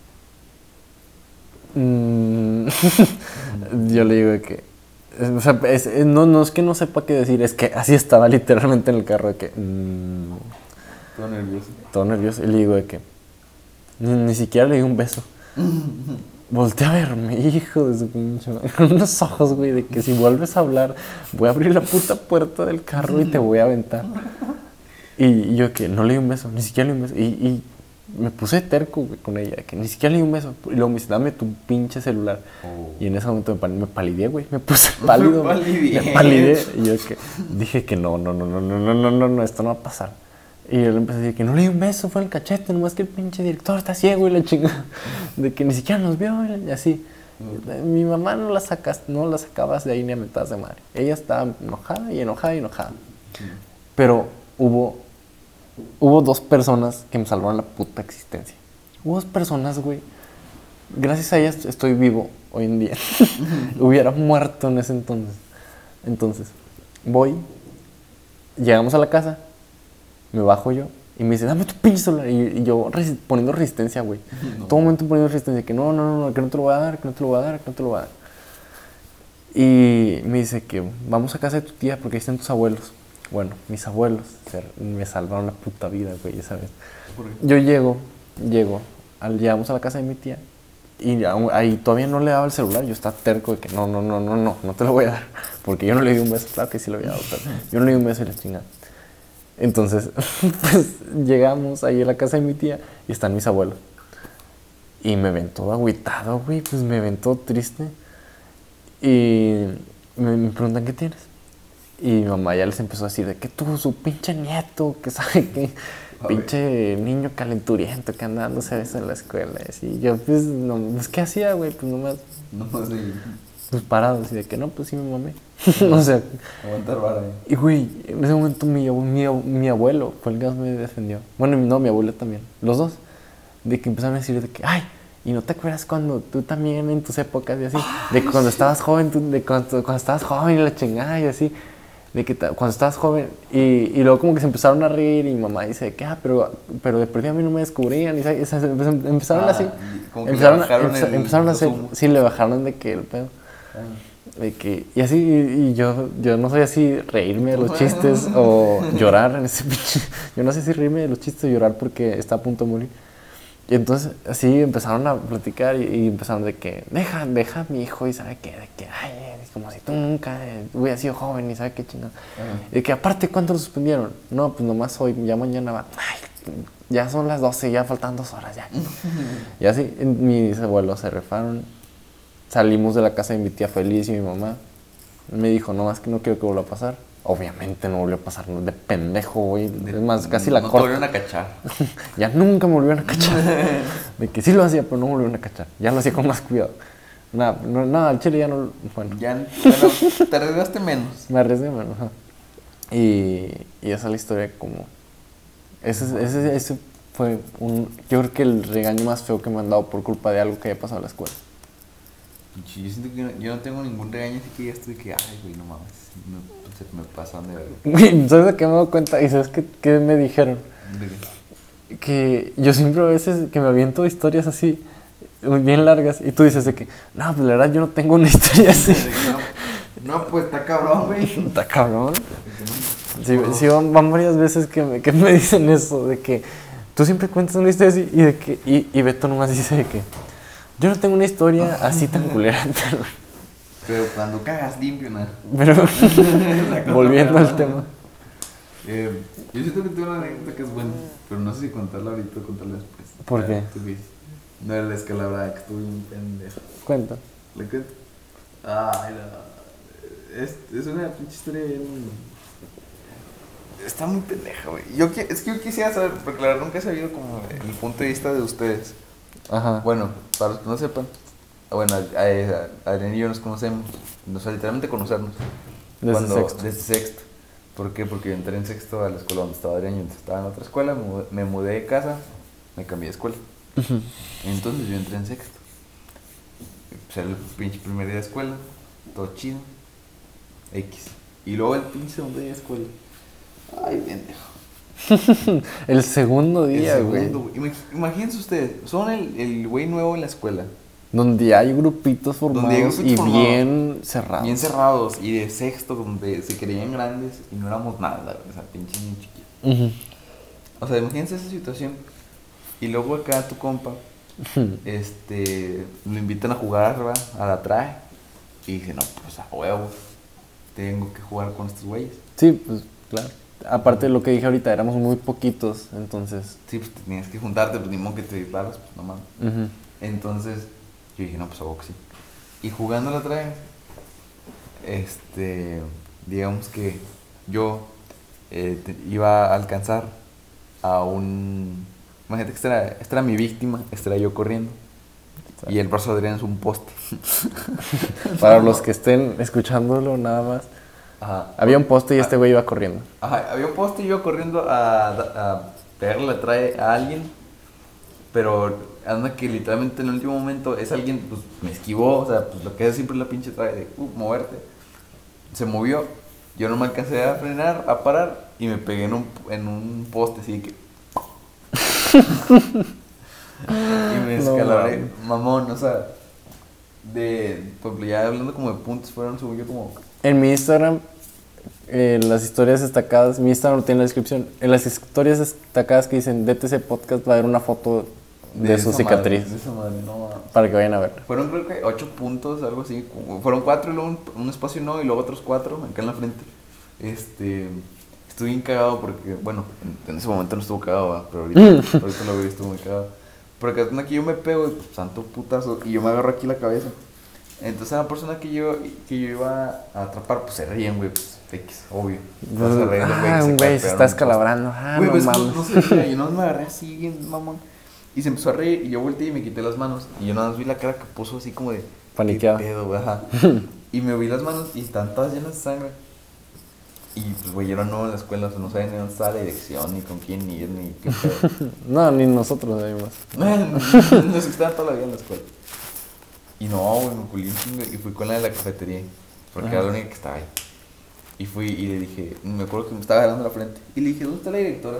mm", yo le digo de que, es- o sea, es- es- no, no es que no sepa qué decir, es que así estaba literalmente en el carro de que, "Mm", Todo nervioso. todo nervioso. Y le digo de que ni, ni siquiera le di un beso. Voltea a verme, hijo de su pinche madre, con unos ojos, güey, de que si vuelves a hablar, voy a abrir la puta puerta del carro y te voy a aventar. Y, y yo que no le di un beso, ni siquiera le di un beso. Y, y me puse terco, güey, con ella, que ni siquiera le di un beso. Y luego me dice, dame tu pinche celular. Oh. Y en ese momento me, pal- me palideé, güey, me puse pálido. güey. palideé. Me palideé. Y yo que dije que no, no, no, no, no, no, no, no, no, esto no va a pasar. Y yo le empecé a decir que no le di un beso, fue el cachete, nomás que el pinche director está ciego y la chingada. De que ni siquiera nos vio y así. Mi mamá no la sacas, no la sacabas de ahí ni a metadas de madre. Ella estaba enojada y enojada y enojada. Pero hubo, hubo dos personas que me salvaron la puta existencia. Hubo dos personas, güey. Gracias a ellas estoy vivo hoy en día. Hubiera muerto en ese entonces. Entonces, voy, llegamos a la casa, me bajo yo y me dice, dame tu pinche celular. Y, y yo resi- poniendo resistencia, güey. No. Todo momento poniendo resistencia, que no, no, no, no, que no te lo voy a dar, que no te lo voy a dar, que no te lo voy a dar. Y me dice que vamos a casa de tu tía porque ahí están tus abuelos. Bueno, mis abuelos se- me salvaron la puta vida, güey, esa vez. ¿Por qué? Yo llego, llego, al, llegamos a la casa de mi tía y aún- ahí todavía no le daba el celular. Yo estaba terco de que no, no, no, no, no, no te lo voy a dar. Porque yo no le di un beso, claro que sí le había dado, pero yo no le di un beso y la chingada. Entonces, pues llegamos ahí a la casa de mi tía y están mis abuelos. Y me ven todo agüitado, güey, pues me ven todo triste. Y me, me preguntan, ¿qué tienes? Y mi mamá ya les empezó a decir de que tú, su pinche nieto, que sabe que A pinche niño calenturiento que anda dándose besos en la escuela. Y yo, pues, no, pues, ¿qué hacía, güey? Pues nomás, No más de pues parados. Y de que no, pues sí me mamé. O sea, aguantar vara ahí. y güey, en ese momento mi, abu- mi, abu- mi abuelo fue el que más me defendió. Bueno, no, mi abuelo también. Los dos. De que empezaron a decir de que, ay, ¿y no te acuerdas cuando tú también en tus épocas y así? De que cuando estabas joven, tú, de cuando, cuando estabas joven y la chingada y así. De que ta- cuando estabas joven. Y, y luego como que se empezaron a reír y mi mamá dice de que, ah, pero, pero de perdida a mí no me descubrían. Y, sa- y sa- empe- empezaron Ah, así. como que Empezaron, le a- bajaron empeza- el- empezaron a los hacer, humos. sí, le bajaron de que el pedo. Ah. De que, y así, y, y yo, yo no sabía si reírme de los chistes o llorar en ese pinche. Yo no sé si reírme de los chistes o llorar porque está a punto de morir. Y entonces así empezaron a platicar y, y empezaron de que, deja, deja a mi hijo y sabe que, de que, ay, es como si tú nunca eh, hubieras sido joven y sabe qué chingada. Ajá. Y de que aparte, ¿cuánto lo suspendieron? No, pues nomás hoy, ya mañana va. Ay, ya son las doce, ya faltan dos horas ya. Y así, mis abuelos se refaron. Salimos de la casa de mi tía feliz y mi mamá me dijo, no más que no quiero que vuelva a pasar. Obviamente no volvió a pasar, no, de pendejo, güey. Es más, casi la no te corto. volvieron a cachar. Ya nunca me volvieron a cachar. De que sí lo hacía, pero no me volvieron a cachar. Ya lo hacía con más cuidado. Nada, no, no, al chile ya no. Bueno, Ya, bueno, te arriesgaste menos. me arriesgué, bueno, ajá. Y, y esa es la historia como. Ese, ese, ese fue un. Yo creo que el regaño más feo que me han dado por culpa de algo que haya pasado en la escuela. Yo siento que no, yo no tengo ningún regaño, así que ya estoy que, ay, güey, no mames, me, se me pasaron de verga. ¿Sabes de qué me doy cuenta? ¿Y sabes qué, qué me dijeron? ¿De qué? Que yo siempre a veces que me aviento historias así, muy bien largas, y tú dices de que, no, pues la verdad yo no tengo una historia así. No, no, pues está cabrón, güey. Está cabrón. Sí, sí van, van varias veces que me, que me dicen eso, de que tú siempre cuentas una historia así, y de que, y, y Beto nomás dice de que, yo no tengo una historia así tan culera. Pero cuando cagas limpio, nada. Pero, volviendo al tema. Eh, yo siento que tengo una anécdota que es buena, pero no sé si contarla ahorita o contarla después. ¿Por qué? Tú dices. No era la escalabrada, que estuve un pendejo. Cuenta. ¿Le cuento? Ay, no. Es, es una pinche historia bien. Está muy pendeja, güey. Yo, qui- es que yo quisiera saber, porque la verdad nunca he sabido como el punto de vista de ustedes. Ajá. Bueno, para los que no sepan, bueno, a- a- Adrián y yo nos conocemos, o sea, literalmente conocernos. Desde cuando, sexto. Desde sexto. ¿Por qué? Porque yo entré en sexto a la escuela donde estaba Adrián, yo estaba en otra escuela, me mudé, me mudé de casa, me cambié de escuela. Entonces yo entré en sexto. Pues era el pinche primer día de escuela, todo chido, X. Y luego el pinche segundo día de escuela. Ay, pendejo. El segundo El día, güey. segundo, güey. Imag- Imagínense ustedes, son el, el güey nuevo en la escuela. Donde hay grupitos formados Donde hay grupitos y formados. bien cerrados. Bien cerrados y de sexto donde se creían grandes y no éramos nada, o sea, pinche niño chiquito. Ujú. O sea, imagínense esa situación. Y luego acá tu compa, este, lo invitan a jugar, ¿verdad? A la traje. Y dice, no, pues a huevo, tengo que jugar con estos güeyes. Sí, pues claro. Aparte de lo que dije ahorita, éramos muy poquitos, entonces. Sí, pues tenías que juntarte, pues ni modo que te disparas, pues no mames. Ujú. Entonces, yo dije, no, pues a huevo que sí. Y jugando la traje, este, digamos que yo eh, te- iba a alcanzar a un... Imagínate que esta era, esta era mi víctima, esta era yo corriendo. Y el brazo de Adrián es un poste. Para los que estén escuchándolo nada más. Ajá. Había un poste y este güey iba corriendo. Ajá, había un poste y yo corriendo a, a pegarle la trae a alguien. Pero anda que literalmente en el último momento es alguien, pues me esquivó. O sea, pues lo que es siempre la pinche trae de uh, moverte. Se movió. Yo no me alcancé a frenar, a parar. Y me pegué en un, en un poste así que. Y me No, escalabré, mames. mamón, o sea. De. Pues ya hablando como de puntos, fueron según yo como. En mi Instagram, eh, las historias destacadas, mi Instagram lo tiene en la descripción. En las historias destacadas que dicen D T C Podcast va a haber una foto de, su esa cicatriz. madre, de esa madre, no mames. Para que vayan a ver. Fueron creo que ocho puntos, algo así. como- Fueron cuatro y luego un, un espacio no y luego otros cuatro acá en la frente. Este. Estuve bien cagado porque, bueno, en, en ese momento no estuvo cagado, ¿va? Pero ahorita, ahorita lo vi, estuvo muy cagado. Porque aquí yo me pego y pues, santo putazo y yo me agarro aquí la cabeza. Entonces la persona que yo, que yo iba a atrapar, pues se ríen, güey, pues X, obvio. Vas a reír, Ah, que un güey se cae está pegaron un escalabrando. Ah, Güey, no pues, no, mames. no se reía, yo no me agarré así, bien mamón. Y se empezó a reír y yo volteé y me quité las manos. Y yo nada más vi la cara que puso así como de... Paniqueado. ¿Qué pedo, güey? Ajá. Y me vi las manos y están todas llenas de sangre. Y pues, güey, yo era nuevo en la escuela, o sea, no sabía ni dónde estaba la dirección, ni con quién ir, ni qué pedo. No, ni nosotros además. Nos estaban toda la vida en la escuela. Y no, güey, me culé un chingo y fui con la de la cafetería. Porque Ajá. era la única que estaba ahí. Y fui y le dije, me acuerdo que me estaba agarrando la frente. Y le dije, ¿dónde está la directora?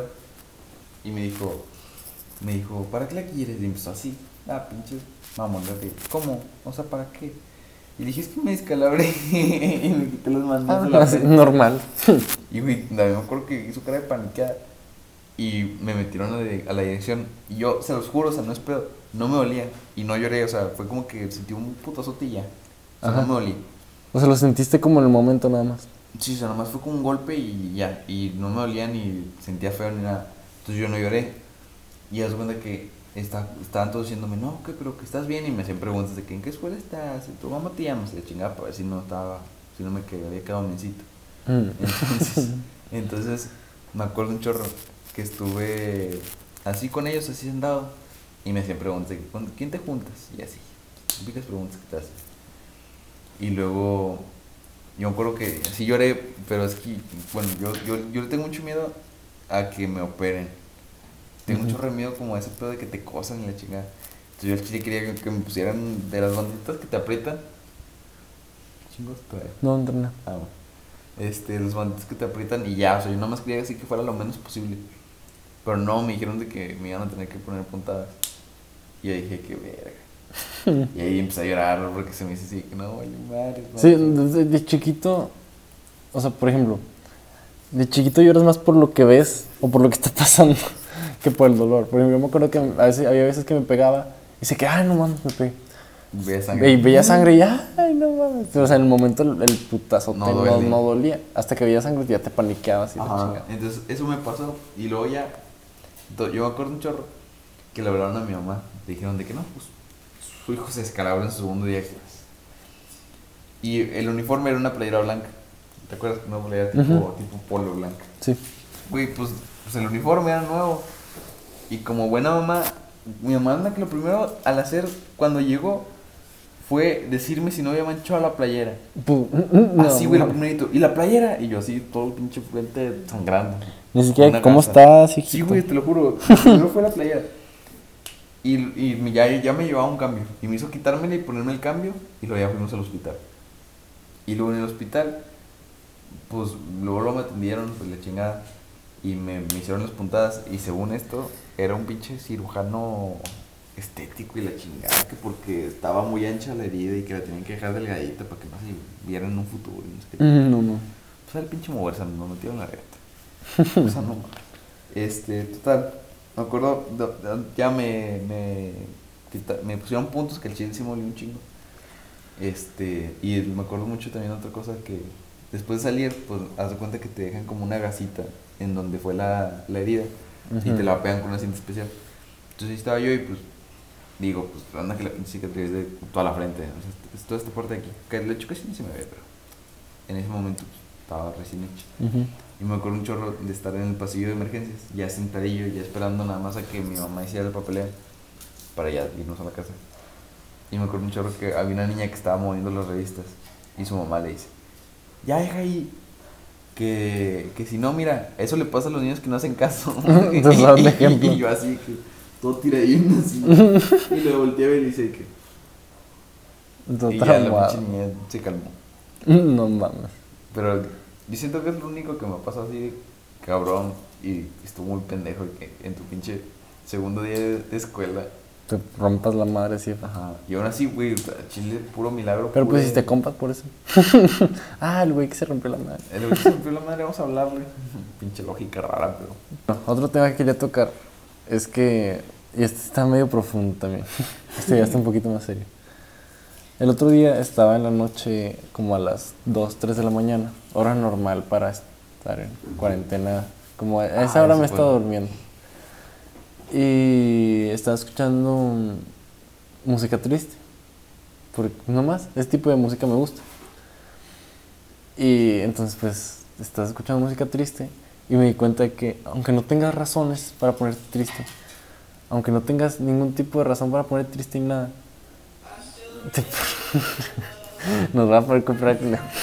Y me dijo, me dijo, ¿para qué la quieres? Y empezó así, ah, pinches mamón, de ¿cómo? O sea, ¿para qué? Y le dije, es que me descalabré y me quité las manos de la Ah, frente. normal. Y güey, me acuerdo que hizo cara de paniqueada. Y me metieron a la, a la dirección. Y yo, se los juro, o sea, no es pedo. No me dolía. Y no lloré, o sea, fue como que sentí un putazote y ya. O sea, Ajá. no me dolía. O sea, lo sentiste como en el momento nada más. Sí, o sea, nomás fue como un golpe y ya. Y no me dolía ni sentía feo ni nada. Entonces yo no lloré. Y haz de cuenta que está, estaban todos diciéndome, no, que pero que estás bien. Y me hacían preguntas de que en qué escuela estás. Y tu mamá te llamas. Y de chingada para ver si no estaba, si no me quedé, había quedado mencito. Mm. Entonces, entonces me acuerdo un chorro que estuve así con ellos, así sentado. Y me hacían preguntas de que, ¿con quién te juntas? Y así. típicas preguntas que te hacen. Y luego, yo me acuerdo que sí lloré, pero es que, bueno, yo, yo, yo le tengo mucho miedo a que me operen. Tengo Ujú. mucho remiedo como a ese pedo de que te cosan y la chingada. Entonces yo al chile quería que, que me pusieran de las banditas que te aprietan. Chingos todavía. No, entrena. Ah, bueno. Este, los banditas que te aprietan y ya, o sea, yo nada más quería así que fuera lo menos posible. Pero no, me dijeron de que me iban a tener que poner puntadas. Y yo dije, qué verga. Y ahí empecé a llorar porque se me hizo así que no, vale madre. Sí, de, de chiquito, o sea, por ejemplo, de chiquito lloras más por lo que ves o por lo que está pasando que por el dolor. Por ejemplo, yo me acuerdo que a veces, había veces que me pegaba y dice que, ay, no mames, me pegué. Veía sangre. Y veía sangre y ya, ay, no mames. Pero, o sea, en el momento el, el putazote No no, duele. no dolía. Hasta que veía sangre ya te paniqueabas y la Ajá. chingada. Entonces eso me pasó. Y luego ya, to- yo me acuerdo un chorro que le hablaron a mi mamá. Le dijeron de que no, pues su hijo se descalabra en su segundo día de clase. Y el uniforme era una playera blanca. ¿Te acuerdas? Una playera tipo, Ujú. tipo polo blanca. Sí. Güey, pues, pues el uniforme era nuevo. Y como buena mamá, mi mamá anda que lo primero al hacer cuando llegó fue decirme si no había manchado la playera. Pu- no, Así, güey, lo mames. primerito. ¿Y la playera? Y yo así, todo el pinche frente sangrando. Ni siquiera, Una ¿cómo gasa. estás, hijito? Sí, güey, te lo juro. Lo primero fue la playera. Y, y me- ya, ya me llevaba un cambio. Y me hizo quitármela y ponerme el cambio. Y luego ya fuimos al hospital. Y luego en el hospital, pues luego, luego me atendieron, pues la chingada. Y me, me hicieron las puntadas. Y según esto, era un pinche cirujano estético y la chingada. Que porque estaba muy ancha la herida y que la tenían que dejar delgadita para que no se viera en un futuro. Y no sé qué. Mm, no, no. Pues el pinche moverse, nos metieron la reta. O sea, no mames. Este, total. Me acuerdo, de- de- ya me, me, quita- me pusieron puntos que el chile sí me olió un chingo. Este, y me acuerdo mucho también otra cosa que después de salir, pues haz de cuenta que te dejan como una gasita en donde fue la, la herida y Ujú. te la pegan con una cinta especial. Entonces ahí estaba yo y pues digo, pues anda que la pinche cicatriz de toda la frente, o sea, es toda esta parte de aquí, que de hecho casi ni se me ve, pero en ese momento pues, estaba recién hecha. Ujú. Y me acuerdo un chorro de estar en el pasillo de emergencias, ya sentadillo, ya esperando nada más a que mi mamá hiciera el papeleo para ya irnos a la casa. Y me acuerdo un chorro que había una niña que estaba moviendo las revistas y su mamá le dice, ya deja ahí, que, que si no, mira, eso le pasa a los niños que no hacen caso. Entonces, dale y, ejemplo. y yo así, que todo tiradín así. Y le volteé a ver y dice que... Entonces, Y ya la traumado. pinche niña se calmó. No mames. Pero yo siento que es lo único que me ha pasado así de cabrón y estuvo muy pendejo y que en tu pinche segundo día de, de escuela. Te rompas la madre, sí. Ajá. Y aún así, güey, Chile, puro milagro. Pero pues pude- si te compas por eso. Ah, el güey que se rompió la madre. El güey que se rompió la madre, vamos a hablarle. Pinche lógica rara, pero. No, otro tema que quería tocar es que, y este está medio profundo también, este ya está un poquito más serio. El otro día estaba en la noche como a las dos, tres de la mañana, hora normal para estar en cuarentena, como a esa Ah, hora sí, me estaba bueno. durmiendo. Y estaba escuchando mm, música triste, porque nomás, ese tipo de música me gusta. Y entonces pues estás escuchando música triste y me di cuenta de que aunque no tengas razones para ponerte triste, aunque no tengas ningún tipo de razón para ponerte triste ni nada, te- nos va a poder comprar.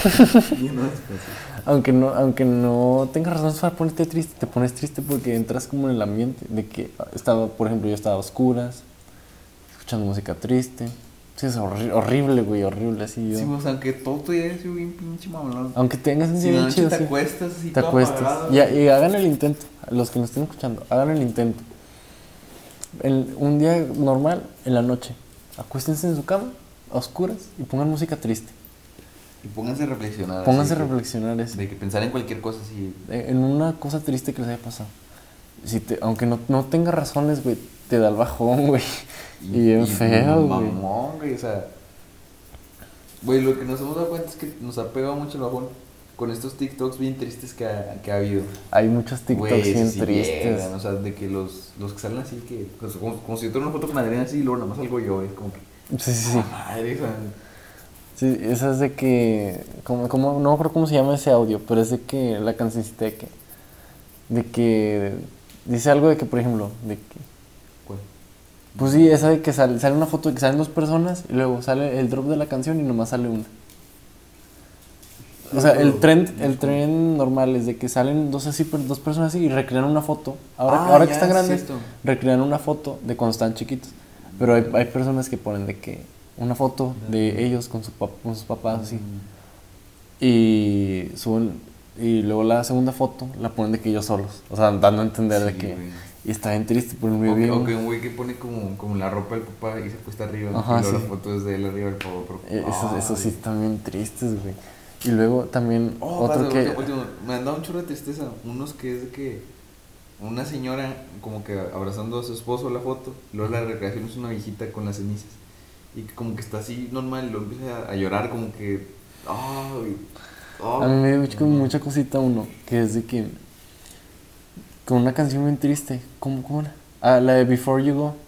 Aunque no, aunque no tengas razones para ponerte triste, te pones triste porque entras como en el ambiente de que estaba, por ejemplo, yo estaba a oscuras, escuchando música triste. Sí, es horri- horrible, güey, horrible así yo. Sí, o sea, aunque todo tu día ha sido bien pinche mamalón. Aunque tengas un Si día en la bien noche chido, te sí. acuestas así, Te todo acuestas. apagado. Y, y hagan el intento, los que nos estén escuchando, hagan el intento. El- un día normal, en la noche, acuéstense en su cama, a oscuras, y pongan música triste. Y pónganse a reflexionar. Pónganse a así, que- reflexionar eso. De que pensar en cualquier cosa así. En una cosa triste que les haya pasado. Si te, aunque no, no tenga razones, güey, te da el bajón, güey. Y bien feo, güey. Mamón, güey, o sea. Güey, lo que nos hemos dado cuenta es que nos ha pegado mucho el bajón con estos TikToks bien tristes que ha, que ha habido. Hay muchos TikToks Güey, bien sí tristes. llegan, o sea, de que los, los que salen así, que pues, como, como si yo tuviera una foto con Adriana así y luego nada más salgo yo, es como que. Sí, sí, sí. Madre, o sea, Sí, esa es de que, como, como, no me acuerdo cómo se llama ese audio, pero es de que la cancioncita de que, de que dice algo de que, por ejemplo, de que, ¿cuál? Pues sí, esa de que sale, sale una foto de que salen dos personas y luego sale el drop de la canción y nomás sale una. O sea, el trend, el trend normal es de que salen dos así, dos personas así y recrean una foto. Ahora, Ah, ahora ya, que están es grandes, cierto. recrean una foto de cuando estaban chiquitos. Pero hay, hay personas que ponen de que una foto de ellos con, su pap- con sus papás así. Y suben, y luego la segunda foto la ponen de que ellos solos. O sea, dando a entender de Sí, que. güey. Y está bien triste, por un O que, o video. que un güey que pone como, como la ropa del papá y se acuesta arriba. Ajá, y luego sí. la foto es de él arriba del papá. Pero, Eh, Esos, esos sí ay. están bien tristes, güey. Y luego también Oh, otro padre, que. último, último. Me han dado un chorro de tristeza. Unos que es de que una señora como que abrazando a su esposo la foto. Luego la recreación es una viejita con las cenizas. Y que como que está así normal. Y luego empieza a, a llorar como que. Ay. A mí Oh, me dio mucho- como no. mucha cosita uno, que es de que. Con una canción bien triste. ¿Cómo, cómo era? Ah, la de Before You Go.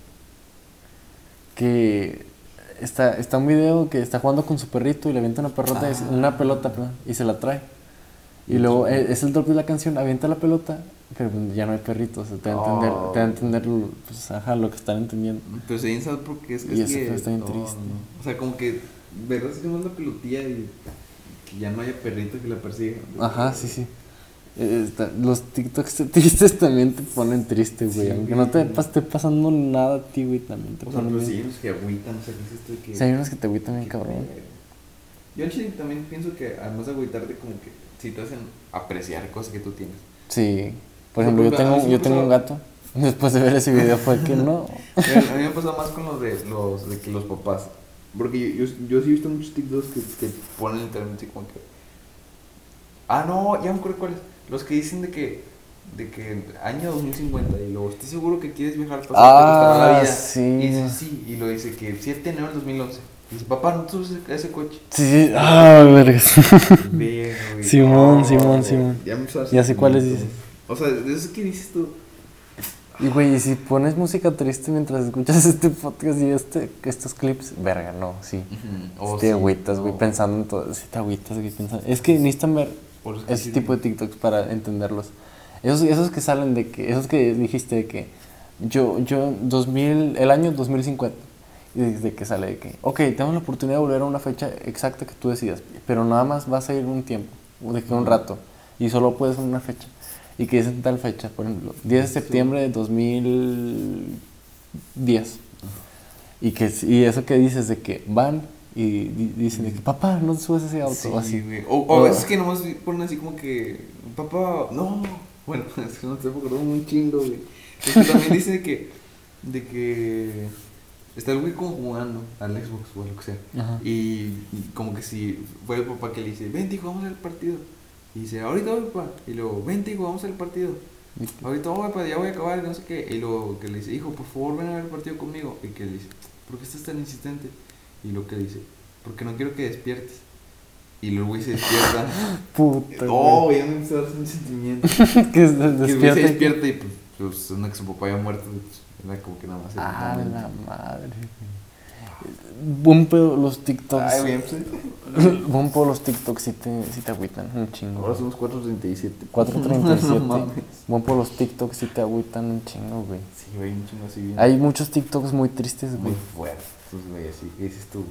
Que está, está un video que está jugando con su perrito y le avienta una, perrota, Ah. una pelota perdón, y se la trae. Y luego eh, es el drop de la canción, avienta la pelota, pero ya no hay perritos. O sea, te da a entender, Oh. te da a entender pues, ajá, lo que están entendiendo. Pero se bien sad porque es que Y es ese que. fue- está bien no, triste. no. O sea, como que. Verdad es que no es la pelotilla y que ya no haya perrito que la persiga. Ajá, sí, sí. Eh, está- los TikToks tristes también te ponen triste, güey. Sí, Aunque güey. no te pa- esté pasando nada a ti, güey, también te O sea, ponen pero bien. sí, los que agüitan, o sea, que es esto de que. Sí, hay unos que te agüitan bien, que- cabrón. Yo en Chile también pienso que además de agüitarte, como que sí te hacen apreciar cosas que tú tienes. Sí. Por Sí, ejemplo, yo porque a mí tengo, sí me yo tengo un pasaba- gato. Después de ver ese video fue que no. A mí me pasa más con los de los, de que los papás. Porque yo, yo, yo sí he visto muchos TikToks que, que ponen literalmente como que. Ah, no, ya me acuerdo cuáles. Los que dicen de que. De que año dos mil cincuenta y luego, ¿estás seguro que quieres viajar al pasado? ¿Te costará la Ah, vida? sí. Y dice sí, y lo dice que siete de enero del dos mil once. Y dice, papá, no te subes a ese coche. Sí, sí. Ah, vergas. Verga, güey. Simón, Oh, Simón, Simón. Ya me suena Ya sé cuáles sentimiento. dices. O sea, de eso que dices tú. Y güey, y si pones música triste mientras escuchas este podcast y este, estos clips, verga, no, sí. Oh, te sí, agüitas, güey, no. pensando en todo. Sí, te agüitas, güey, pensando. Es que necesitan ver Por eso que ese sí, tipo de TikToks para entenderlos. Esos, esos que salen de que, esos que dijiste de que yo, yo, dos mil, el año dos mil cincuenta. Y desde que sale de que, ok, tenemos la oportunidad de volver a una fecha exacta que tú decidas, pero nada más vas a ir un tiempo, de que un rato, y solo puedes una fecha. Y que es en tal fecha, por ejemplo, diez de septiembre de dos mil diez. Y, que, y eso que dices de que van y di- dicen de que, papá, no te subes a ese auto, Sí, o así. güey. O, o a veces que nomás ponen así como que, papá, no. Bueno, es que no te acuerdo un chingo, güey. Es que también dice de que, de que está el güey como jugando al Xbox o a lo que sea. Ajá. Y como que si fue el papá que le dice, vente hijo, vamos al partido. Y dice, ahorita voy, papá. Y luego, vente hijo, vamos al partido. Ahorita voy, papá, ya voy a acabar, y no sé qué. Y luego que le dice, hijo, por favor, ven a ver el partido conmigo. Y que le dice, ¿por qué estás tan insistente? Y luego que le dice, porque no quiero que despiertes. Y luego el güey se despierta. Puta, Oh, ya me empezó a dar un sentimiento. güey. Que se Que el güey se despierta. y- despierta y pues, pues una que su papá había muerto. Pues, era como que nada más. era un Ah, momento. la madre. Buen pedo los TikToks. Ay, bien, pues. Buen pedo los TikToks si te, si te agüitan un chingo. Ahora somos cuatro treinta y siete. cuatro treinta y siete. No mames. Buen pedo los TikToks si te agüitan un chingo, güey. Sí, güey, un chingo así bien. Hay muchos TikToks muy tristes, muy güey. fuertes, güey, así. ¿Qué dices tú?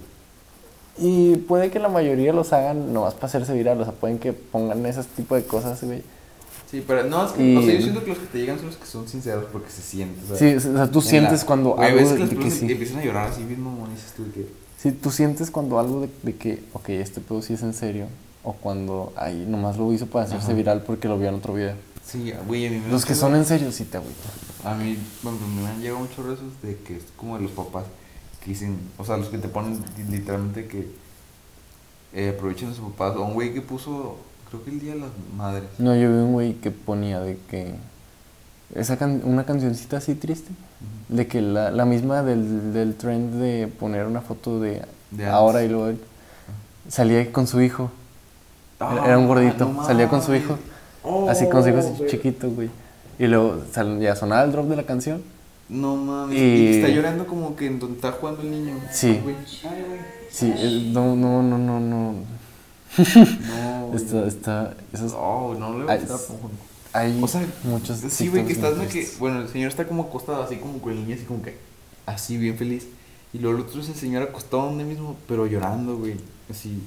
Y puede que la mayoría los hagan nomás para hacerse viral. O sea, pueden que pongan ese tipo de cosas, güey. Sí, pero no, es que, Y- o sea, yo siento que los que te llegan son los que son sinceros porque se sienten, o sea, Sí, o sea, tú en sientes la- cuando güey, a algo veces de, que las de que personas sí. empiezan a llorar así bien mamón, dices tú de que, Sí, tú sientes cuando algo de, de que, ok, este pedo sí es en serio. O cuando, ay, nomás lo hizo para hacerse Ajá. viral porque lo vio en otro video. sí, güey, a mí me Los que son en serio sí te agüitan. A mí, bueno, me han llegado muchos rezos de que es como de los papás que dicen, o sea, los que te ponen literalmente que eh, aprovechen a sus papás, o un güey que puso, creo que el Día de las Madres. No, yo vi un güey que ponía de que esa can- una cancioncita así triste, de que la, la misma del, del trend de poner una foto de, De ahora antes. y luego salía con su hijo. Era- Ah, era un gordito, no salía con su mames. hijo, Oh, así con su hijo así güey. chiquito, güey. Y luego sal- ya sonaba el drop de la canción. No mames, Y- y, que está llorando como que en donde está jugando el niño. Sí. Ay, güey. Ay, güey. Sí, eh, no, no, no, no, no. No, güey. Está, está, esos, No, no le voy a Ay, estar s- poco. hay O sea, muchos sí, güey, que TikToks estás muy de que, tristes. bueno, el señor está como acostado así como con el niño así como que, así bien feliz. Y luego el otro es el señor acostado donde mismo, pero llorando, güey. Así.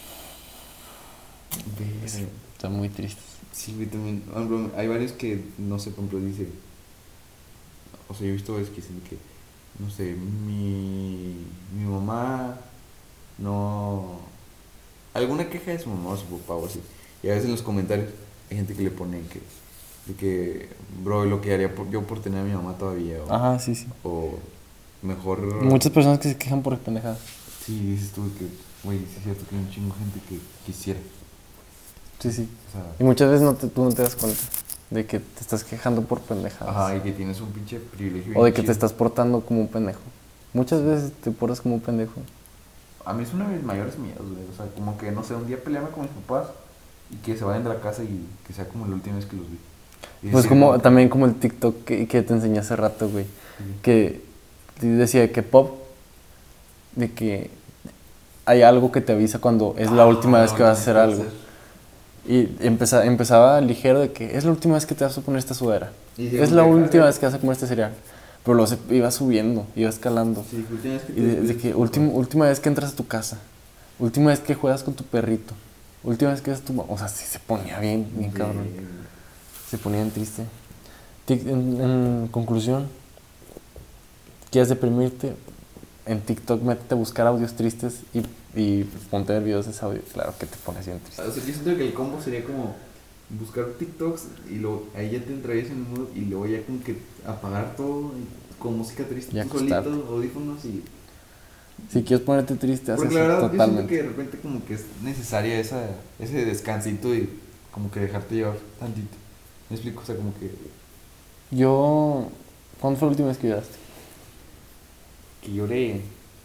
Verga. Está muy triste. Sí, güey, también. Por ejemplo, hay varios que, no sé, por ejemplo, dice. O sea, yo he visto varios que dicen que, no sé, mi, mi mamá no. Alguna queja de su mamá o su papá o así. Y a veces en los comentarios hay gente que le pone que, de que, bro, lo que haría por- yo por tener a mi mamá todavía. O, Ajá, sí, sí. o mejor. Muchas personas que se quejan por pendejadas. Sí, dices tú que, güey, sí es cierto que hay un chingo de gente que quisiera. Sí, sí. O sea, Y muchas veces no te, tú no te das cuenta de que te estás quejando por pendejadas. ajá, y que tienes un pinche privilegio. O de bien que te chido. estás portando como un pendejo. Muchas veces te portas como un pendejo. A mí es uno de mis mayores miedos, güey. O sea, como que, no sé, un día pelearme con mis papás y que se vayan de la casa y que sea como la última vez que los vi. Y Pues decir, como no, también como el TikTok que, que te enseñé hace rato, güey. sí. Que decía que pop, de que hay algo que te avisa cuando es la Ah, última vez que vas a hacer que algo. Y empeza- empezaba ligero de que es la última vez que te vas a poner esta sudadera. Y sí, Es la como que, última ah, vez que vas a comer este cereal. Pero luego se iba subiendo, iba escalando. Sí, última vez que Y te de, de despides que de tu última, papá. última vez que entras a tu casa. Última vez que juegas con tu perrito. Última vez que ves tu... ma- O sea, sí se ponía bien, bien cabrón. Sí. Se ponía bien triste. Tic- En, en conclusión, ¿quieres deprimirte? En TikTok métete a buscar audios tristes y, y ponte a ver videos de ese audio. Claro que te pones bien triste. O sea, yo siento que el combo sería como buscar TikToks y luego ahí ya te entrarías en el mood y luego ya como que apagar todo y con música triste Y tú acostarte. solito, audífonos y... Si quieres ponerte triste, haces Porque la eso verdad yo siento totalmente. que de repente como que es necesaria esa, ese descansito y como que dejarte llevar tantito. ¿Me explico? O sea, como que, Yo... ¿Cuándo fue la última vez que lloraste? que lloré,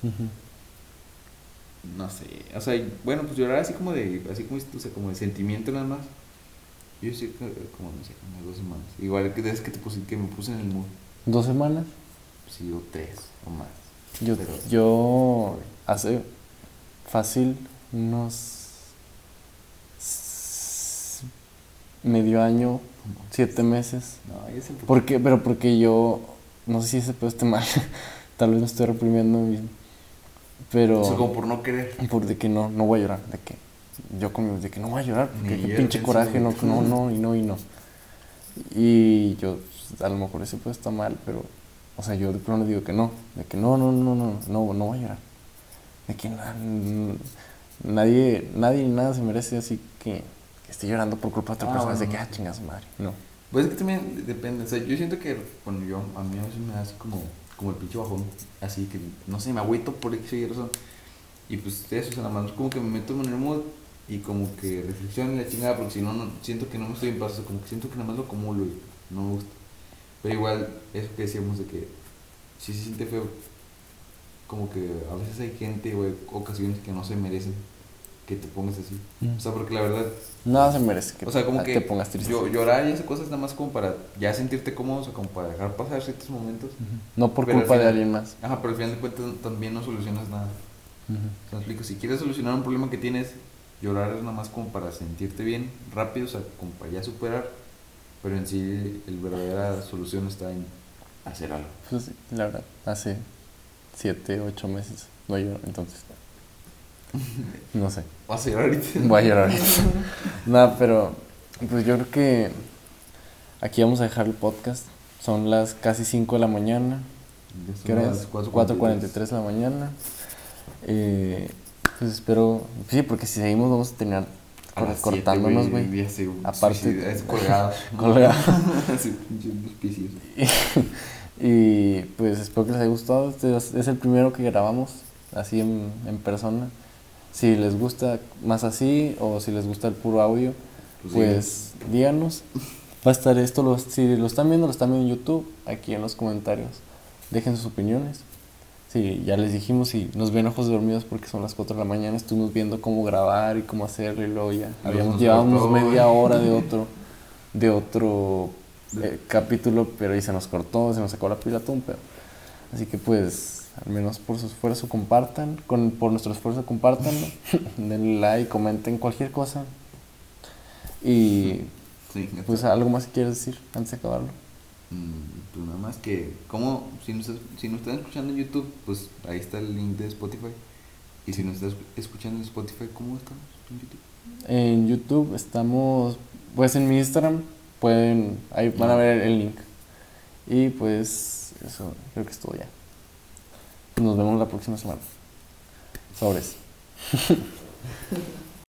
no sé, o sea, bueno, pues llorar así como de, así como, o sea, como de sentimiento nada más. Yo sí, que, como, no sé, como dos semanas. Igual que desde que, te puse, que me puse en el mood, ¿Dos semanas? sí, o tres o más. Yo, Pero- yo hace fácil unos s- medio año, siete meses. No, ya es el ¿Por qué? Pero porque yo, no sé si ese pedo esté mal, tal vez me estoy reprimiendo a mí mismo, pero Eso como por no querer. por de que no, no voy a llorar, de que yo conmigo, de que no voy a llorar, porque Ni qué yo, pinche sí, coraje, no, güey. no, no, y no, y no. Y yo, pues, a lo mejor ese pedo está mal, pero, o sea, yo de pronto digo que no, de que no, no, no, no, no, no voy a llorar. De que na- n- nadie, nadie ni nada se merece así que, que esté llorando por culpa de otra Ah, persona, de bueno, que, no. ah, chingas madre, no. Pues es que también depende, o sea, yo siento que, bueno, yo, a mí a veces me da así como, como el pinche bajón, así que, no sé, me agüito por X o Y razón, y pues eso, o sea, nada más como que me meto en el mood y como que reflexiono en la chingada, porque si no, no, siento que no me estoy en paz, o sea, como que siento que nada más lo acumulo y no me gusta, pero igual, eso que decíamos de que sí se siente feo, como que a veces hay gente o hay ocasiones que no se merecen que te pongas así, Mm. o sea, porque la verdad... Nada se merece que O sea, como te, que te pongas triste. yo- llorar y esas cosas nada más como para ya sentirte cómodo, o sea, como para dejar pasar ciertos momentos. Ujú. No por Pero al culpa de final- alguien más. Ajá, pero al final de cuentas también no solucionas nada. Ujú. O sea, me explico, si quieres solucionar un problema que tienes, llorar es nada más como para sentirte bien rápido, o sea, como para ya superar, pero en sí el verdadera solución está en hacer algo. Pues sí, la verdad, hace siete, ocho meses no lloro, entonces, no sé, Vas a llorar ahorita. voy a llorar ahorita. Nada, pero, pues yo creo que aquí vamos a dejar el podcast. Son las casi cinco de la mañana. Ya son ¿Qué hora las es? cuatro cuatro cuarenta y tres de la mañana. Eh, pues espero, sí, porque si seguimos vamos a terminar A las siete, cortándonos, güey. ya sé, un Aparte- suicidio, es colgado. Colgado. Así, pinches auspicios. Y pues espero que les haya gustado. Este es es el primero que grabamos así en, en persona. Si les gusta más así o si les gusta el puro audio, Pues pues díganos. Va a estar esto, los, si lo están viendo, lo están viendo en YouTube, aquí en los comentarios. Dejen sus opiniones. Sí, ya les dijimos, si nos ven ojos dormidos porque son las cuatro de la mañana, estuvimos viendo cómo grabar y cómo hacerlo y luego ya. Luego Habíamos, nos llevábamos cortó, media güey. hora de otro, de otro eh, capítulo, pero ahí se nos cortó, se nos sacó la pila, todo un pedo. Así que pues, al menos por su esfuerzo compartan, con, por nuestro esfuerzo compartanlo, denle like, comenten cualquier cosa. Y Sí, pues algo más que quieres decir antes de acabarlo. Mm, pues nada más que, ¿cómo? Si nos, si nos están escuchando en YouTube, pues ahí está el link de Spotify. Y si nos estás escuchando en Spotify, ¿cómo estamos en YouTube? En YouTube estamos, pues en mi Instagram, pueden, ahí van a ver el link. Y pues eso, creo que es todo ya. Nos vemos la próxima semana. Sobres.